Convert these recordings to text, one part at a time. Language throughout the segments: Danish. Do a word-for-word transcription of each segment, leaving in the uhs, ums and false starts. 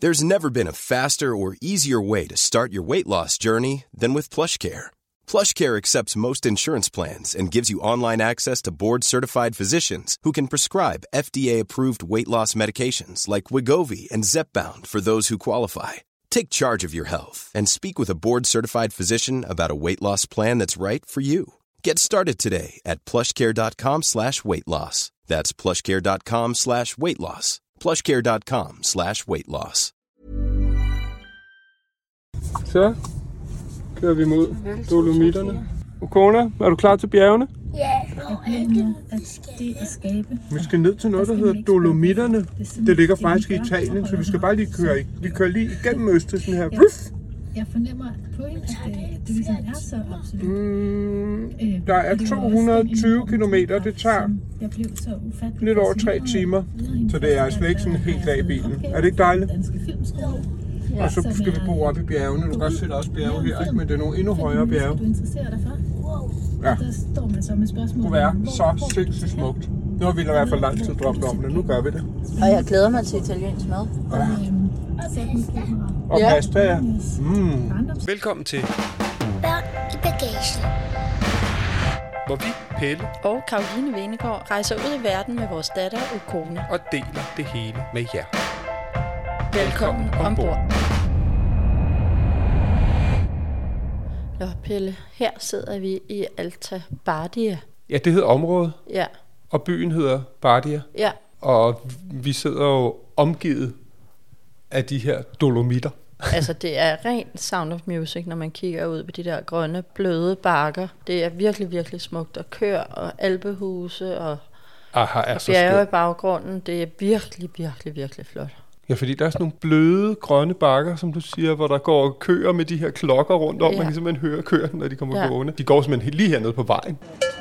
There's never been a faster or easier way to start your weight loss journey than with PlushCare. PlushCare accepts most insurance plans and gives you online access to board-certified physicians who can prescribe F D A-approved weight loss medications like Wegovy and Zepbound for those who qualify. Take charge of your health and speak with a board-certified physician about a weight loss plan that's right for you. Get started today at plushcare.com slash weight loss. That's plushcare.com slash weight loss. plushcare.com slash weight loss. Så kører vi mod Dolomitterne. Okona, er du klar til bjergene? Ja, og ikke det at skabe. Vi skal ned til noget, der hedder Dolomitterne. Det ligger faktisk i Italien, så vi skal bare lige køre. Vi kører lige igennem Østrig sådan her. Jeg fornemmer på en, at det ligesom er så absolut. Mm, der er to hundrede og tyve kilometer, det tager lidt over tre timer. Så det er slet ikke sådan helt af i bilen. Er det ikke dejligt? Ja, og så skal vi bo oppe i bjergene. Du kan godt se, der er også bjerge her, ikke? Men det er nogle endnu højere bjerge. Du interesserer dig for? Ja. Der står man så med spørgsmål. Det kunne være så sindssygt smukt. Det har vi i hvert fald lang tid drømt om det. Nu gør vi det. Og jeg glæder mig til italiensk mad. Ja. Og Ja. pasta, ja. Mm. Velkommen til Børn i bagagen. hvor vi, Pelle Og Caroline Venegård rejser ud i verden med vores datter Okona. og deler det hele med jer. Velkommen ombord. Nå, Pelle, her sidder vi i Alta Bardia. Ja, det hedder området, Ja, og byen hedder Bardia. ja, Og vi sidder jo omgivet af de her dolomitter. altså det er rent Sound of Music, når man kigger ud på de der grønne, bløde bakker. Det er virkelig, virkelig smukt, og køer og alpehuse og, Aha, er og så bjerge i skønt. baggrunden. Det er virkelig, virkelig, virkelig flot. Ja, fordi der er sådan nogle bløde, grønne bakker, som du siger, hvor der går køer med de her klokker rundt om. Ja. Man kan simpelthen høre køerne, når de kommer Ja. gående. De går simpelthen lige hernede på vejen.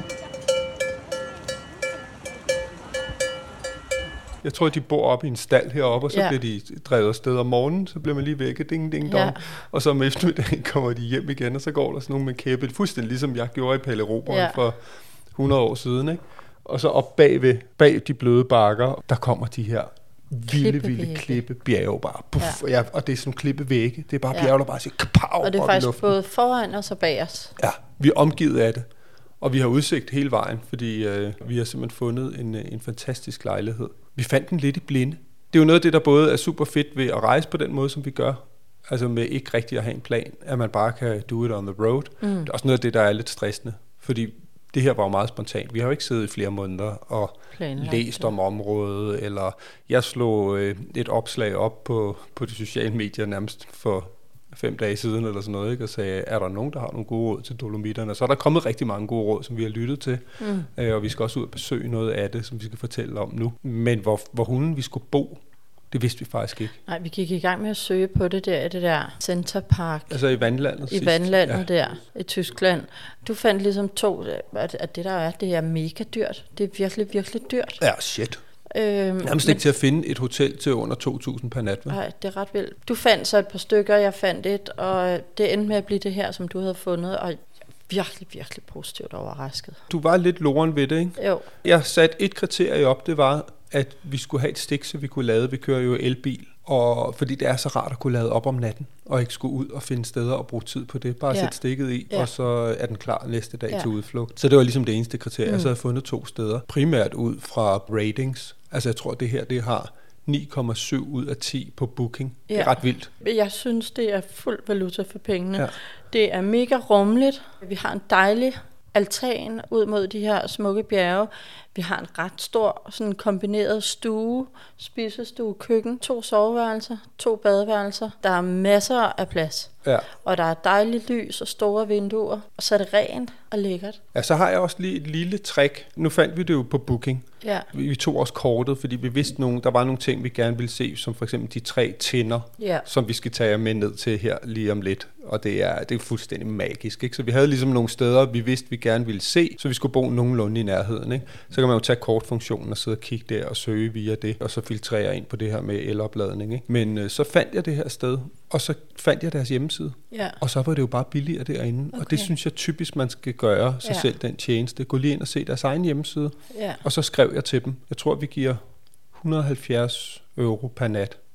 Jeg tror, de bor oppe i en stald heroppe, og så Ja. bliver de drevet afsted om morgenen, så bliver man lige vækket, ding, ding, dong. Ja. Og så om eftermiddagen kommer de hjem igen, og så går der sådan nogle med kæppe, fuldstændig ligesom jeg gjorde i Palle Robren Ja. for hundrede år siden, ikke? Og så op bagved, bag de bløde bakker, der kommer de her vilde, vilde Klippevægge. klippe bjerge bare. Puff, Ja. ja. Og det er sådan nogle klippevægge. Det er bare Ja. bjerge, der bare siger kapow Og det er op i faktisk luften. både foran og så bag os. Ja, vi er omgivet af det. Og vi har udsigt hele vejen, fordi øh, vi har simpelthen fundet en, øh, en fantastisk lejlighed. Vi fandt den lidt i blinde. Det er jo noget af det, der både er super fedt ved at rejse på den måde, som vi gør. Altså med ikke rigtig at have en plan, at man bare kan do it on the road. Mm. Det er også noget af det, der er lidt stressende, fordi det her var jo meget spontant. Vi har jo ikke siddet i flere måneder og Planlagt, læst ja. om området, eller jeg slog øh, et opslag op på, på de sociale medier nærmest for fem dage siden eller sådan noget, ikke? Og sagde, er der nogen, der har nogle gode råd til Dolomitterne? Så er der kommet rigtig mange gode råd, som vi har lyttet til, mm. øh, og vi skal også ud og besøge noget af det, som vi skal fortælle om nu. Men hvor, hvor hunden vi skulle bo, det vidste vi faktisk ikke. Nej, vi gik i gang med at søge på det der, det der Center Park. Altså i vandlandet I sidst. vandlandet Ja. der, i Tyskland. Du fandt ligesom to, at, at det der er, det er mega dyrt. Det er virkelig, virkelig dyrt. Ja, shit. Øhm, Nærmest ikke til at finde et hotel til under to tusind per nat, vel? Nej, det er ret vildt. Du fandt så et par stykker, jeg fandt et, og det endte med at blive det her, som du havde fundet, og jeg er virkelig, virkelig positivt overrasket. Du var lidt loren ved det, ikke? Jo, Jeg satte et kriterie op, det var, at vi skulle have et stik, så vi kunne lade. Vi kører jo elbil, og fordi det er så rart at kunne lade op om natten, og ikke skulle ud og finde steder og bruge tid på det. Bare Ja. sætte stikket i, Ja. og så er den klar næste dag Ja. til udflugt. Så det var ligesom det eneste kriterie. Mm. Så havde jeg fundet to steder. Primært ud fra ratings. Altså jeg tror, det her det har ni komma syv ud af ti på Booking. Det er Ja. ret vildt. jeg synes, det er fuld valuta for pengene. Ja. Det er mega rummeligt. Vi har en dejlig altan ud mod de her smukke bjerge. Vi har en ret stor sådan kombineret stue, spisestue, køkken, to soveværelser, to badeværelser. Der er masser af plads, Ja. og der er dejligt lys og store vinduer, og så er det rent og lækkert. Ja, så har jeg også lige et lille trick. Nu fandt vi det jo på Booking. Ja, Vi vi tog også kortet, fordi vi vidste, nogle, der var nogle ting, vi gerne ville se, som for eksempel de tre tinder, ja, som vi skal tage med ned til her lige om lidt. Og det er, det er fuldstændig magisk, ikke? Så vi havde ligesom nogle steder, vi vidste, vi gerne ville se, så vi skulle bo nogenlunde i nærheden, ikke? Så kan man jo tage kortfunktionen og sidde og kigge der og søge via det, og så filtrere ind på det her med elopladning, ikke? Men øh, så fandt jeg det her sted, og så fandt jeg deres hjemmeside. ja. Og så var det jo bare billigere derinde. Okay. Og det Okay. synes jeg typisk, man skal gøre sig Ja. selv den tjeneste. Gå lige ind og se deres egen hjemmeside. Ja. Og så skrev jeg til dem. Jeg tror, vi giver et hundrede og halvfjerds euro per nat.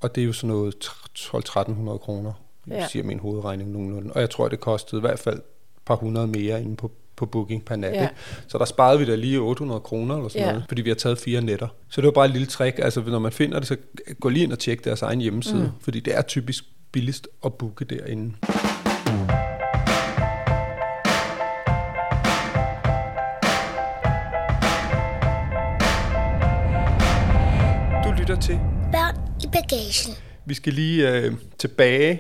og det er jo sådan noget tolv til tretten hundrede kroner, Ja. siger min hovedregning nogenlunde. Og jeg tror, det kostede i hvert fald et par hundrede mere inde på, på booking per nat. Ja. Ja. Så der sparede vi da lige otte hundrede kroner eller sådan Ja. noget, fordi vi har taget fire nætter. Så det var bare et lille trick. Altså, når man finder det, så gå lige ind og tjek deres egen hjemmeside, mm. fordi det er typisk billigst at booke derinde. Du lytter til. Børn i bagagen. Vi skal lige øh, tilbage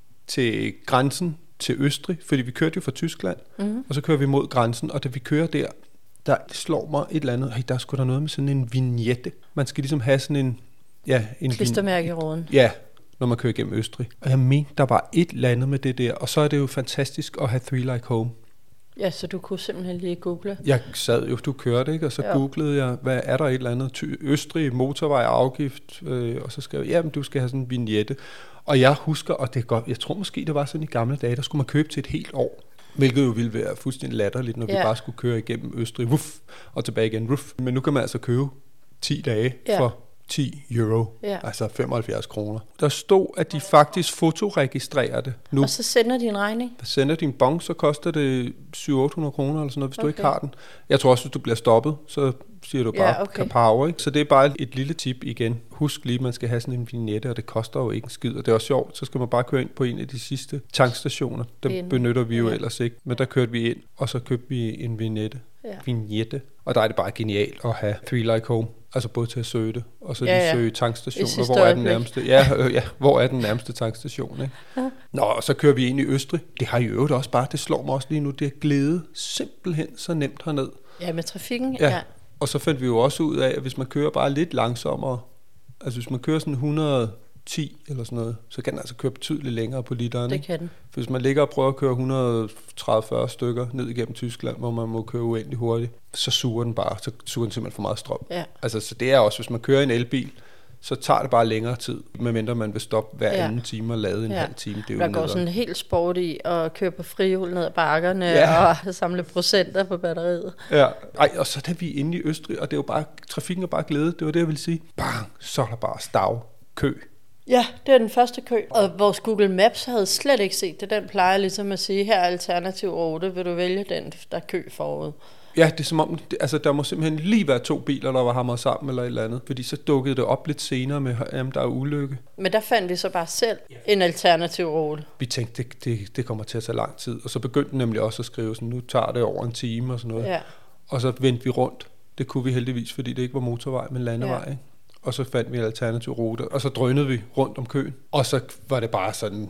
til grænsen til Østrig, fordi vi kørte jo fra Tyskland, mm. og så kører vi mod grænsen, og da vi kører der, der slår mig et eller andet, hey, der er sgu da noget med sådan en vignette. Man skal ligesom have sådan en... Ja, en Klistermærke i råden. Ja, når man kører igennem Østrig. Og jeg mente, der var et eller andet med det der, og så er det jo fantastisk at have Three Like Home. Ja, så du kunne simpelthen lige google. Jeg sad jo, du kørte, ikke? Og så Ja. googlede jeg, hvad er der et eller andet? Ty- Østrig, motorvej, afgift, øh, og så skrev jeg, jamen du skal have sådan en vignette. Og jeg husker, og det er godt, jeg tror måske, det var sådan i gamle dage, der skulle man købe til et helt år. Hvilket jo ville være fuldstændig latterligt, når ja. vi bare skulle køre igennem Østrig, wuff, og tilbage igen, wuff. Men nu kan man altså købe ti dage Ja. for ti euro, Ja. altså femoghalvfjerds kroner. Der stod, at de faktisk fotoregistrerer det nu. Og så sender de en regning. Sender din bon, så koster det syv til otte hundrede kroner eller sådan noget, hvis okay. du ikke Okay. har den. Jeg tror også, hvis du bliver stoppet, så siger du bare Ja, okay. kapow, ikke? Så det er bare et lille tip igen. Husk lige, man skal have sådan en vignette, og det koster jo ikke en skid. Og det er også sjovt, så skal man bare køre ind på en af de sidste tankstationer. Dem Ind. benytter vi jo Ja. ellers ikke. Men der kørte vi ind, og så købte vi en vignette. Ja. Vignette. Og der er det bare genialt at have Three Like Home. Altså både til at søge det, og så Ja, lige ja. søge I tankstationer. sidste Hvor er den øjeblik. nærmeste? Ja, øh, ja, hvor er den nærmeste tankstation, ikke? Ja. Nå, og så kører vi ind i Østrig. Det har i øvrigt også bare, det slår mig også lige nu, det er glæde simpelthen så nemt herned. Ja, med trafikken, Ja. ja. Og så fandt vi jo også ud af, at hvis man kører bare lidt langsommere, altså hvis man kører sådan et hundrede og ti eller sådan noget, så kan den altså køre betydeligt længere på literen. Det ikke? kan den. For hvis man ligger og prøver at køre et hundrede og tredive til fyrre stykker ned igennem Tyskland, hvor man må køre uendelig hurtigt, så suger den bare, så suger den simpelthen for meget strøm. Ja. Altså, så det er også, hvis man kører en elbil, så tager det bare længere tid, medmindre man vil stoppe hver Ja. anden time og lade en Ja. halv time. Det er jo Der går nederen. sådan helt sport i at køre på frihjul ned ad bakkerne Ja. og samle procenter på batteriet. Ja, ej, og så er vi inde i Østrig, og det er jo bare, trafikken er bare glæde, det var det, jeg ville sige. Bang, så er der bare stav, kø. Ja, det er den første kø. Og vores Google Maps havde slet ikke set det. Den plejer ligesom at sige, her er alternativ rute, vil du vælge den, der er kø forud. Ja, det er som om, det, altså der må simpelthen lige være to biler, der var hamret sammen eller et eller andet. Fordi så dukkede det op lidt senere med, at der er ulykke. Men der fandt vi så bare selv en alternativ rute. Vi tænkte, det, det, det kommer til at tage lang tid. Og så begyndte den nemlig også at skrive sådan, nu tager det over en time og sådan noget. Ja. Og så vendte vi rundt. Det kunne vi heldigvis, fordi det ikke var motorvej, men landevej. Ja. Ikke? Og så fandt vi en alternativ rute, og så drønede vi rundt om køen. Og så var det bare sådan,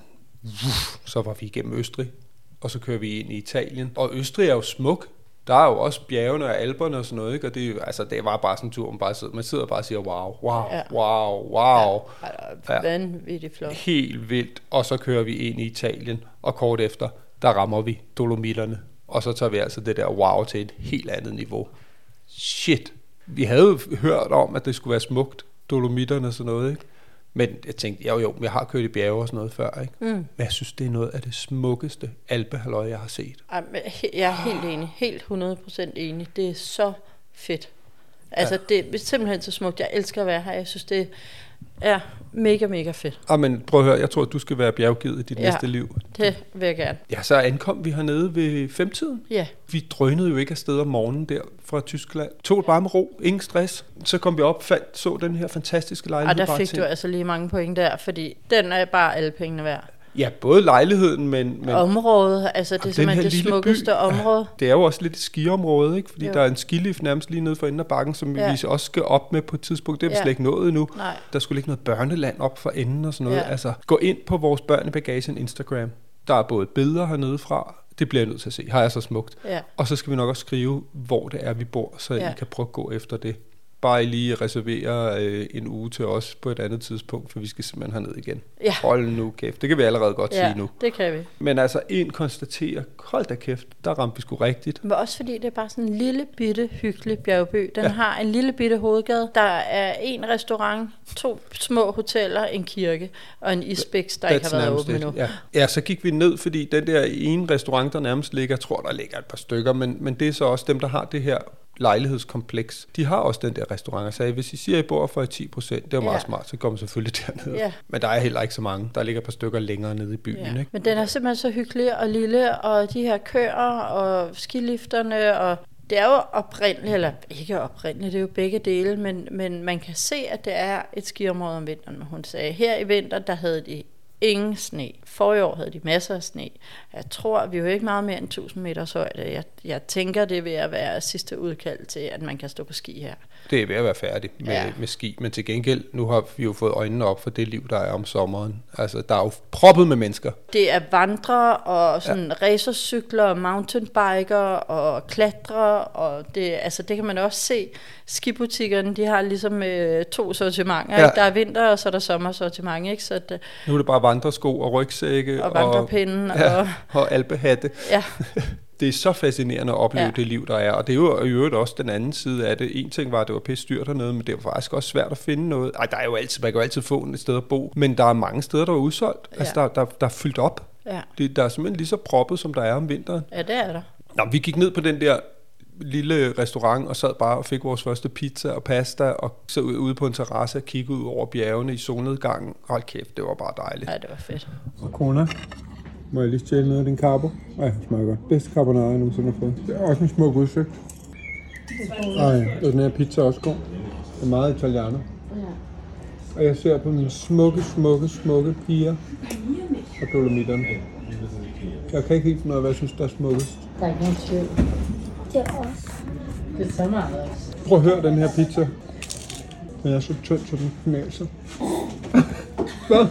så var vi igennem Østrig, og så kører vi ind i Italien. Og Østrig er jo smuk. Der er jo også bjergene og Alperne og sådan noget, ikke? Og det, er jo, altså, det var bare sådan en tur, man, bare sidder, man sidder bare og siger, wow, wow, Ja. wow, wow. Ja, Ja. vanvittigt flot. Helt vildt. Og så kører vi ind i Italien, og kort efter, der rammer vi Dolomitterne. Og så tager vi altså det der wow til et helt andet niveau. Shit. Vi havde jo hørt om, at det skulle være smukt, Dolomitterne og sådan noget, ikke? Men jeg tænkte, jo jo, jeg har kørt i bjerge og sådan noget før, ikke? Mm. Men jeg synes, det er noget af det smukkeste alpehalløj, jeg har set. Ej, men he- jeg er helt enig. Helt hundrede procent enig. Det er så fedt. Altså, ja. Det er simpelthen så smukt. Jeg elsker at være her. Jeg synes, det er mega, mega fedt. Ah, men prøv at høre, jeg tror, at du skal være bjerggivet i dit Ja. næste liv. Det vil jeg gerne. Ja, så ankom vi hernede ved femtiden. Ja. Vi drønede jo ikke afsted om morgenen der fra Tyskland. Tog det bare med ro, ingen stress. Så kom vi op, fandt, så den her fantastiske lejlighed. Og der bare fik til. du altså lige mange point der, fordi den er bare alle pengene værd. Ja, både lejligheden, men... men Området, altså det er den simpelthen her det lille smukkeste by, område. Det er jo også lidt et skiområde, ikke? Fordi Jo. der er en skilift nærmest lige nede for enden af bakken, som Ja. vi også skal op med på et tidspunkt. Det er vi Ja. slet ikke nået endnu. Nej. Der skulle ligge noget børneland op for enden og sådan noget. Ja. Altså, gå ind på vores børnebagagen Instagram. Der er både billeder hernede fra. Det bliver jeg nødt til at se. Har jeg så smukt. Ja. Og så skal vi nok også skrive, hvor det er, vi bor, så Ja. I kan prøve at gå efter det. Bare I lige reservere øh, en uge til os på et andet tidspunkt, for vi skal simpelthen herned igen. Ja. Hold nu kæft. Det kan vi allerede godt Ja, sige nu. det kan vi. Men altså, en konstaterer, hold da kæft, der ramte vi sgu rigtigt. Men også fordi det er bare sådan en lille bitte hyggelig bjergby. Den ja. har en lille bitte hovedgade. Der er en restaurant, to små hoteller, en kirke og en isbiks, der ikke har været åben endnu. Ja. ja, så gik vi ned, fordi den der ene restaurant, der nærmest ligger, jeg tror, der ligger et par stykker, men, men det er så også dem, der har det her lejlighedskompleks, de har også den der restaurant. Så hvis I siger, at I bor for ti procent, det er meget ja. smart, så kommer selvfølgelig derned. Ja. Men der er heller ikke så mange. Der ligger et par stykker længere nede i byen. Ja. Ikke? Men den er simpelthen så hyggelig og lille, og de her køer og skilifterne, og det er jo oprindeligt, eller ikke oprindeligt, det er jo begge dele, men, men man kan se, at det er et skiområde om vinteren. Hun sagde, her i vinter, der havde de ingen sne. Forrige år havde de masser af sne. Jeg tror, vi er jo ikke meget mere end tusind meters højde. Jeg, jeg tænker, det er ved at være sidste udkald til, at man kan stå på ski her. Det er ved at være færdig med, ja. med ski, men til gengæld, nu har vi jo fået øjnene op for det liv, der er om sommeren. Altså, der er jo proppet med mennesker. Det er vandrere og sådan ja. racercykler, mountainbiker og klatre, og det, altså, det kan man også se. Skibutikkerne, de har ligesom øh, to sortimenter. Ja. Der er vinter, og så er der sommersortiment, ikke? Så det, nu er det bare vandresko og rygsække og vandrepinde og, ja, og, og alpehatte. Ja. Det er så fascinerende at opleve ja. det liv, der er. Og det er jo i øvrigt også den anden side af det. En ting var, at det var pisse dyrt hernede, men det var faktisk også svært at finde noget. Ej, der er jo altid, man kan jo altid få et sted at bo. Men der er mange steder, der er udsolgt. Ja. Altså, der, der, der er fyldt op. Ja. Det, der er simpelthen lige så proppet, som der er om vinteren. Ja, det er der. Nå, vi gik ned på den der lille restaurant og sad bare og fik vores første pizza og pasta og så ude på en terrasse og kiggede ud over bjergene i solnedgangen. Hold kæft, det var bare dejligt. Ja, det var fedt. Og kona, må jeg lige stjæle noget af din carbo? Ej, det smager godt. Bedste carbonara, jeg nogensinde har fået. Det er også en smuk udsigt. Ej, og den her pizza er også god. Det er meget italianer. Og jeg ser på mine smukke, smukke, smukke piger og dolomitterne. Jeg kan ikke helt finde ud af, hvad jeg synes, der er smukkest. Der er ikke nogen tvivl. Det er også. Det er så meget også. Prøv at høre den her pizza. Den er så tynd, så den knæser. Hvad?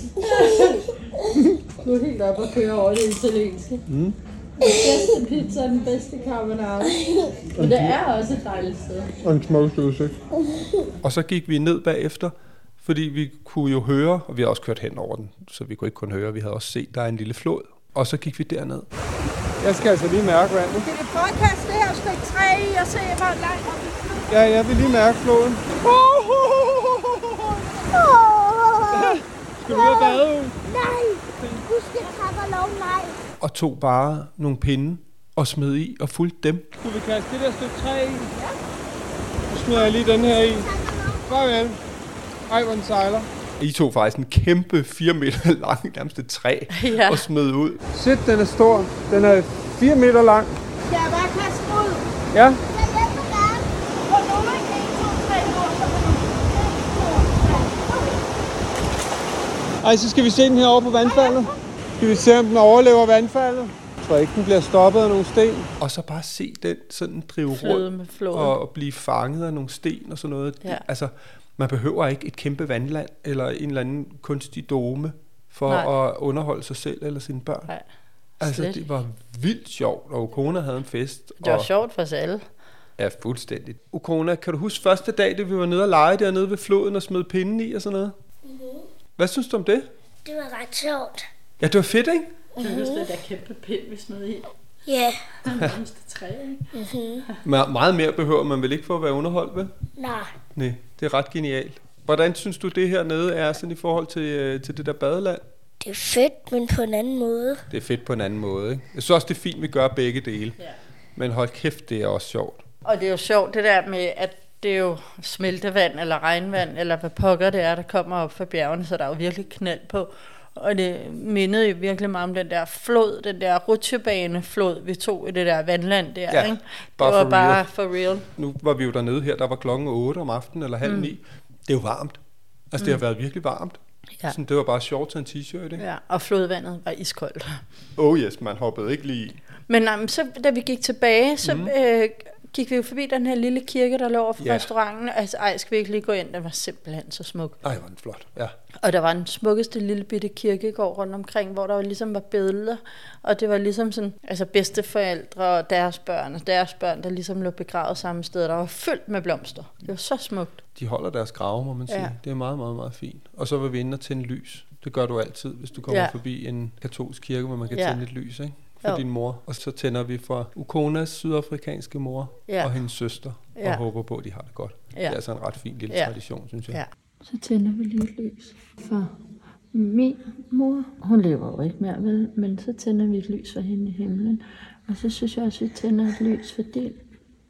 Du er helt op og kører over det italienske. Mm. Den bedste pizza er den bedste carbonara. Men det er også et dejligt sted. Og en smukkeste udsigt. Og så gik vi ned bagefter, fordi vi kunne jo høre, og vi har også kørt hen over den, så vi kunne ikke kun høre, vi havde også set, der er en lille flod. Og så gik vi derned. Jeg skal altså lige mærke vandet. Kan vi prøve at kaste det her stykke træ i og se, hvor langt op i floden? Ja, jeg vil lige mærke floden. Skal du ud og bade? Nej, du skal takke og lov nej. Og tog bare nogle pinde og smed i og fulgte dem. Skulle vi kaste det der stykke træ i? Ja. Så smider jeg lige den her i. Farvel. Ej, hvor den sejler. I tog faktisk en kæmpe fire meter lang, nærmest et træ, ja. og smed ud. Shit, den er stor. Den er fire meter lang. Skal jeg bare kaste ud? Ja. Jeg hjælper gerne. Hvor nummer en, to, tre, nord, så kan du... Ej, så skal vi se den her over på vandfaldet. Skal vi se, om den overlever vandfaldet? Jeg tror ikke, den bliver stoppet af nogle sten. Og så bare se den sådan drive rundt og blive fanget af nogle sten og sådan noget. Ja. Altså, man behøver ikke et kæmpe vandland eller en eller anden kunstig dome for Nej. at underholde sig selv eller sine børn. Nej, altså, det var vildt sjovt, og Ukona havde en fest. Det var og sjovt for os alle. Ja, fuldstændigt. Ukona, kan du huske første dag, da vi var nede og lege dernede ved floden og smed pinden i og sådan noget? Mm-hmm. Hvad synes du om det? Det var ret sjovt. Ja, det var fedt, ikke? Kan du huske det der kæmpe pind, vi smed i? Ja. Den nærmeste træ, ikke? Mm-hmm. Meget mere behøver man vel ikke for at være underholdt, vel? Nej. Nej, det er ret genialt. Hvordan synes du, det her nede er sådan i forhold til, til det der badeland? Det er fedt, men på en anden måde. Det er fedt på en anden måde, ikke? Jeg synes også, det er fint, vi gør begge dele. Ja. Men hold kæft, det er også sjovt. Og det er jo sjovt, det der med, at det er jo smeltevand eller regnvand, eller hvad pokker det er, der kommer op fra bjergene, så der er jo virkelig knald på. Og det mindede jo virkelig meget om den der flod, den der rutsjebaneflod, vi tog i det der vandland der, ja, ikke? Det bare var for bare real. for real. Nu var vi jo dernede her, der var klokken otte om aftenen, eller halv mm. ni. Det er jo varmt. Altså, mm. det har været virkelig varmt. Ja. Sådan, det var bare shorts og en t-shirt, ikke? Ja, og flodvandet var iskoldt. Oh yes, man hoppede ikke lige i. Men nej, så da vi gik tilbage, så mm. øh, gik vi jo forbi den her lille kirke, der lå over for yeah. restauranten. Altså, ej, skal vi ikke lige gå ind? Den var simpelthen så smuk. Ej, var den flot, ja. Og der var den smukkeste lille bitte kirkegård rundt omkring, hvor der jo ligesom var billeder. Og det var ligesom sådan, altså bedsteforældre og deres børn, og deres børn, der ligesom lå begravet samme sted. Der var fyldt med blomster. Det var så smukt. De holder deres grave, må man sige. Ja. Det er meget, meget, meget fint. Og så var vi inde og tænde lys. Det gør du altid, hvis du kommer ja. forbi en katolsk kirke, hvor man kan ja. tænde et lys, ikke? For jo. din mor. Og så tænder vi for Ukonas sydafrikanske mor ja. og hendes søster, ja. og håber på, at de har det godt. Ja. Det er altså en ret fin lille ja. tradition, synes jeg. Ja. Så tænder vi lige et lys for min mor. Hun lever jo ikke mere, vel? Men så tænder vi et lys for hende i himlen. Og så synes jeg også, at vi tænder et lys for din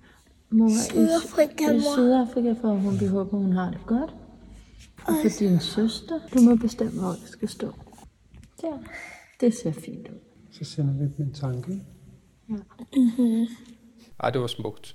Mor, Sydafrika, i, i mor. Sydafrika, for hun vi håber, hun har det godt. Og for din søster. Du må bestemme, hvor det skal stå. Der. Det ser fint ud. Så sender vi dem en tanke. Ja. Mm-hmm. Ej, det var smukt.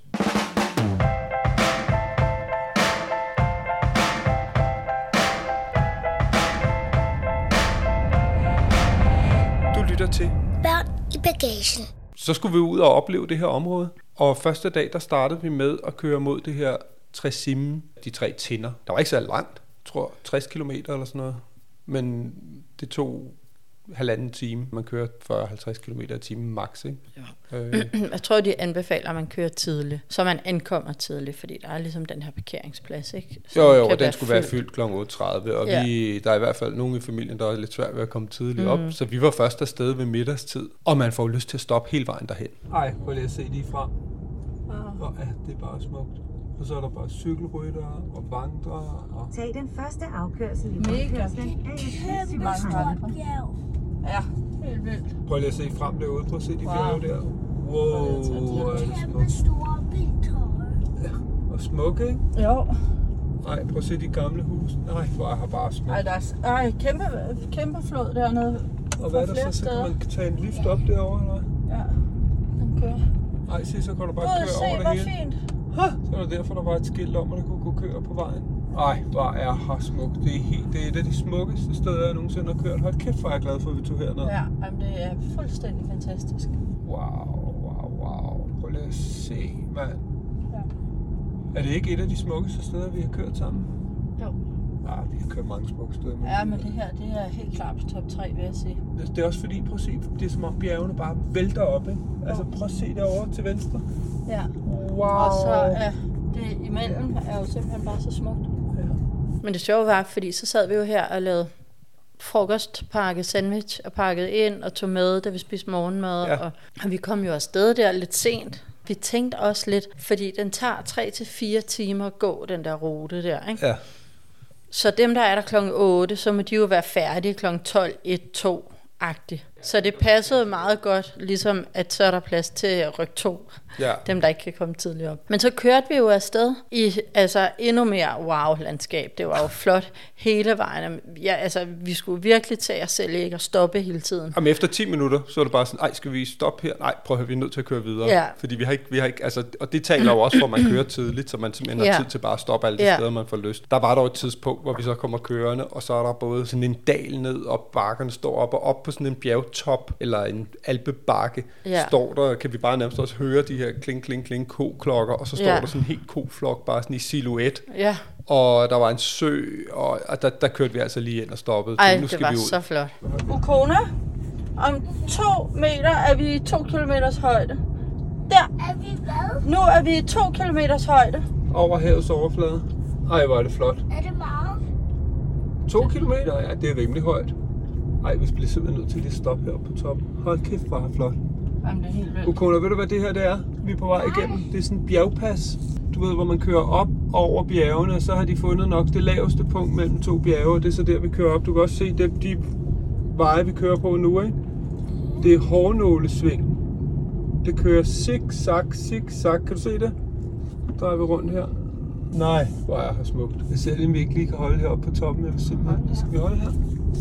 Du lytter til Børn i bagagen. Så skulle vi ud og opleve det her område. Og første dag, der startede vi med at køre mod det her Tresimmen, de tre tinder. Der var ikke så langt, jeg tror tres kilometer eller sådan noget. Men det tog halvanden time. Man kører fyrre til halvtreds kilometer i timen max, ikke? Ja. Øh. Jeg tror, de anbefaler, at man kører tidligt, så man ankommer tidligt, fordi der er ligesom den her parkeringsplads, ikke? Som Jo, jo, kan og den være skulle være fyldt. fyldt klokken otte tredive, og Ja. vi, der er i hvert fald nogen i familien, der er lidt svært ved at komme tidligt Mhm. op, så vi var først afsted ved middagstid, og man får lyst til at stoppe hele vejen derhen. Ej, prøv lige at se lige fra. Wow. Og ja, det er bare smukt. Og så er der bare cykelryttere og vandrere. Og... Tag den første afkørsel i Mega. rundkørslen af Kæmpe stort bjerg. Ja, helt vildt. Prøv lige at se frem derude. Prøv at se de Wow. bjerge der. Wow, hvor er det Kæmpe smukt. store biltøjer. Ja. Og smukke, ikke? Jo. Ej, prøv at se de gamle huse. Nej, hvor er her bare smukt. Ej, der er s- ej, kæmpe, kæmpe flod dernede. Og hvad er der så? Så kan man tage en lift op derovre, eller hvad? Ja, den kører. Ej, se, så kan du bare Prøv at køre se, over hvor det hele. fint. Så er det derfor, der var et skilt om, at det kunne gå køre på vejen. Ej, hvor er her smukt. Det er, helt, det er et af de smukkeste steder, jeg nogensinde har kørt. Hold kæft, hvor er jeg glad for, at vi tog herned. Ja, jamen, det er fuldstændig fantastisk. Wow, wow, wow. Prøv lige at se, mand. Ja. Er det ikke et af de smukkeste steder, vi har kørt sammen? Jo. Ja, vi har kørt mange smukke steder. Ja, men det her, det er helt klart på top tre, vil jeg sige. Det er også fordi, prøv at se, det er som om bjergene bare vælter op, ikke? Altså, prøv at se derovre til venstre. Ja. Wow. Og så er det imellem er jo simpelthen bare så smukt. Ja. Men det sjove var, fordi så sad vi jo her og lavede frokost, pakket sandwich og pakket ind og tog med, da vi spiste morgenmad. Ja. Og, og vi kom jo afsted der lidt sent. Vi tænkte også lidt, fordi den tager tre til fire timer at gå, den der rute der, ikke? Ja. Så dem, der er der klokken otte, så må de jo være færdige klokken tolv, et, to-agtigt. Så det passede meget godt, ligesom at så er der plads til ryg to. Ja. Dem, der ikke kan komme tidligt op. Men så kørte vi jo afsted i altså endnu mere wow-landskab. Det var jo flot hele vejen. Ja, altså, vi skulle virkelig tage os selv ikke og stoppe hele tiden. Jamen efter ti minutter, så er det bare sådan, ej, skal vi stoppe her? Nej, prøv at høre, vi er nødt til at køre videre. Ja. Fordi vi har ikke, vi har ikke, altså, og det taler jo også for, at man kører tidligt, så man simpelthen har Ja. tid til bare at stoppe alle de Ja. steder, man får lyst. Der var der jo et tidspunkt, hvor vi så kommer kørende, og så er der både sådan en dal ned, og bakkerne står op, og op på sådan en bjergtop, eller en alpebakke, Ja. står der, kan vi bare nærmest også høre de her kling, kling, kling ko-klokker, og så står Ja. der sådan en helt koflok, bare sådan i silhuet. Ja, Og der var en sø, og, og der, der kørte vi altså lige ind og stoppede. ej, nu det skal var vi ud. så flot. Ukona, om to meter er vi i to kilometers højde. Der, Er vi hvad? nu er vi i to kilometers højde. Over havets overflade. Ej, hvor er det flot. Er det meget? To kilometer, ja, det er rimelig højt. Ej, vi bliver simpelthen nødt til lige at stoppe heroppe på toppen. Hold kæft, hvor er det flot. Jamen, det er helt vildt. Ukona, ved du hvad det her det er? Vi er på vej igennem. Det er sådan en bjergpas. Du ved, hvor man kører op over bjergene, og så har de fundet nok det laveste punkt mellem to bjerge, og det er så der, vi kører op. Du kan også se de, de veje, vi kører på nu, ikke? Det er hårnålesving. Det kører zigzag, zigzag. Kan du se det? Drejer vi rundt her. Nej, hvor er her smukt. Jeg ser lige, om vi ikke lige kan holde heroppe på toppen. Jeg vil simpelthen. Skal vi holde her?